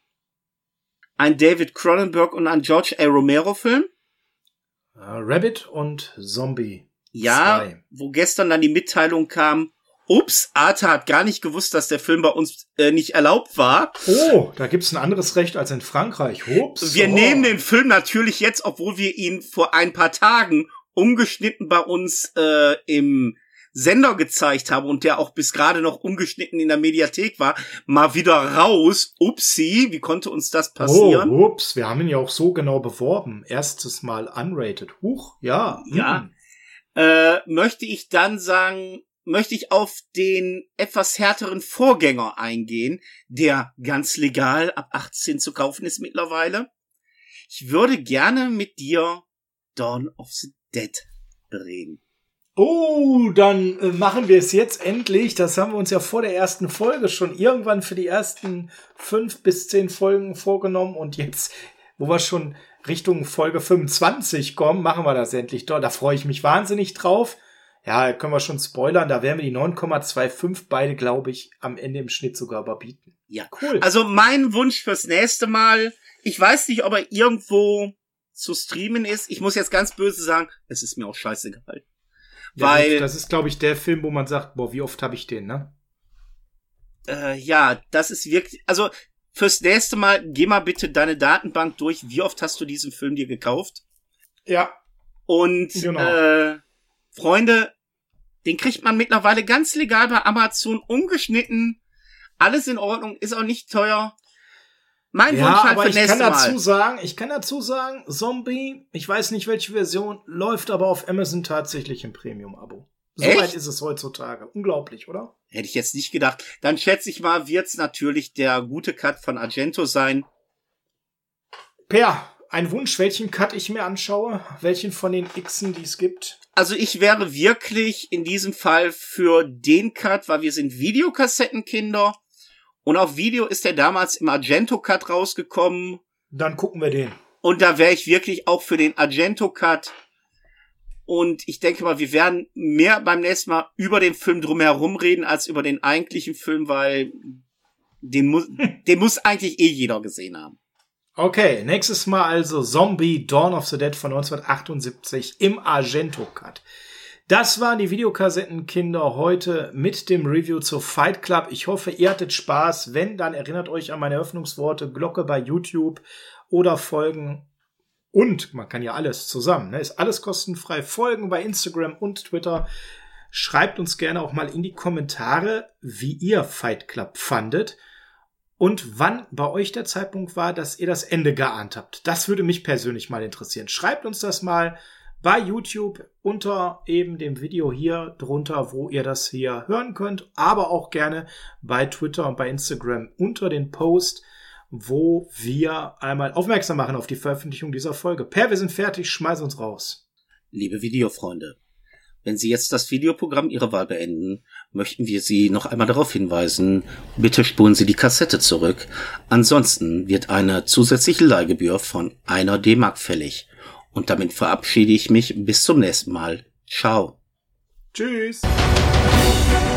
Ein David Cronenberg und ein George A. Romero Film. Uh, Rabbit und Zombie. Ja, zwei. Wo gestern dann die Mitteilung kam, ups, Arte hat gar nicht gewusst, dass der Film bei uns äh, nicht erlaubt war. Oh, da gibt's ein anderes Recht als in Frankreich. Ups. Wir oh. nehmen den Film natürlich jetzt, obwohl wir ihn vor ein paar Tagen umgeschnitten bei uns äh, im Sender gezeigt haben und der auch bis gerade noch ungeschnitten in der Mediathek war, mal wieder raus. Upsi, wie konnte uns das passieren? Oh, ups, wir haben ihn ja auch so genau beworben. Erstes Mal unrated. Huch, ja. Ja. Hm. Äh, möchte ich dann sagen, möchte ich auf den etwas härteren Vorgänger eingehen, der ganz legal ab achtzehn zu kaufen ist mittlerweile. Ich würde gerne mit dir Dawn of the Dead bereden. Oh, dann äh, machen wir es jetzt endlich. Das haben wir uns ja vor der ersten Folge schon irgendwann für die ersten fünf bis zehn Folgen vorgenommen. Und jetzt, wo wir schon Richtung Folge fünfundzwanzig kommen, machen wir das endlich. Da freue ich mich wahnsinnig drauf. Ja, können wir schon spoilern. Da werden wir die neun Komma fünfundzwanzig beide, glaube ich, am Ende im Schnitt sogar überbieten. Ja, cool. Also mein Wunsch fürs nächste Mal, ich weiß nicht, ob er irgendwo zu streamen ist. Ich muss jetzt ganz böse sagen, es ist mir auch scheißegal. Ja, Weil das ist, glaube ich, der Film, wo man sagt, boah, wie oft habe ich den, ne? Äh, ja, das ist wirklich, also fürs nächste Mal, geh mal bitte deine Datenbank durch. Wie oft hast du diesen Film dir gekauft? Ja. Und, genau. äh, Freunde, den kriegt man mittlerweile ganz legal bei Amazon, ungeschnitten. Alles in Ordnung, ist auch nicht teuer. Mein ja, Wunsch halt aber für ich nächste kann dazu Mal. sagen, ich kann dazu sagen, Zombie, ich weiß nicht welche Version, läuft aber auf Amazon tatsächlich im Premium-Abo. Soweit ist es heutzutage. Unglaublich, oder? Hätte ich jetzt nicht gedacht. Dann schätze ich mal, wird's natürlich der gute Cut von Argento sein. Per, ein Wunsch, welchen Cut ich mir anschaue, welchen von den Xen, die es gibt. Also ich wäre wirklich in diesem Fall für den Cut, weil wir sind Videokassettenkinder. Und auf Video ist der damals im Argento-Cut rausgekommen. Dann gucken wir den. Und da wäre ich wirklich auch für den Argento-Cut. Und ich denke mal, wir werden mehr beim nächsten Mal über den Film drumherum reden, als über den eigentlichen Film, weil den muss, den muss eigentlich eh jeder gesehen haben. Okay, nächstes Mal also Zombie Dawn of the Dead von neunzehnhundertachtundsiebzig im Argento-Cut. Das waren die Videokassettenkinder heute mit dem Review zu Fight Club. Ich hoffe, ihr hattet Spaß. Wenn, dann erinnert euch an meine Eröffnungsworte, Glocke bei YouTube oder folgen. Und man kann ja alles zusammen, ne? Ist alles kostenfrei. Folgen bei Instagram und Twitter. Schreibt uns gerne auch mal in die Kommentare, wie ihr Fight Club fandet und wann bei euch der Zeitpunkt war, dass ihr das Ende geahnt habt. Das würde mich persönlich mal interessieren. Schreibt uns das mal bei YouTube unter eben dem Video hier drunter, wo ihr das hier hören könnt, aber auch gerne bei Twitter und bei Instagram unter den Post, wo wir einmal aufmerksam machen auf die Veröffentlichung dieser Folge. Per, wir sind fertig, schmeiß uns raus. Liebe Videofreunde, wenn Sie jetzt das Videoprogramm Ihrer Wahl beenden, möchten wir Sie noch einmal darauf hinweisen, bitte spulen Sie die Kassette zurück. Ansonsten wird eine zusätzliche Leihgebühr von einer D-Mark fällig. Und damit verabschiede ich mich bis zum nächsten Mal. Ciao. Tschüss.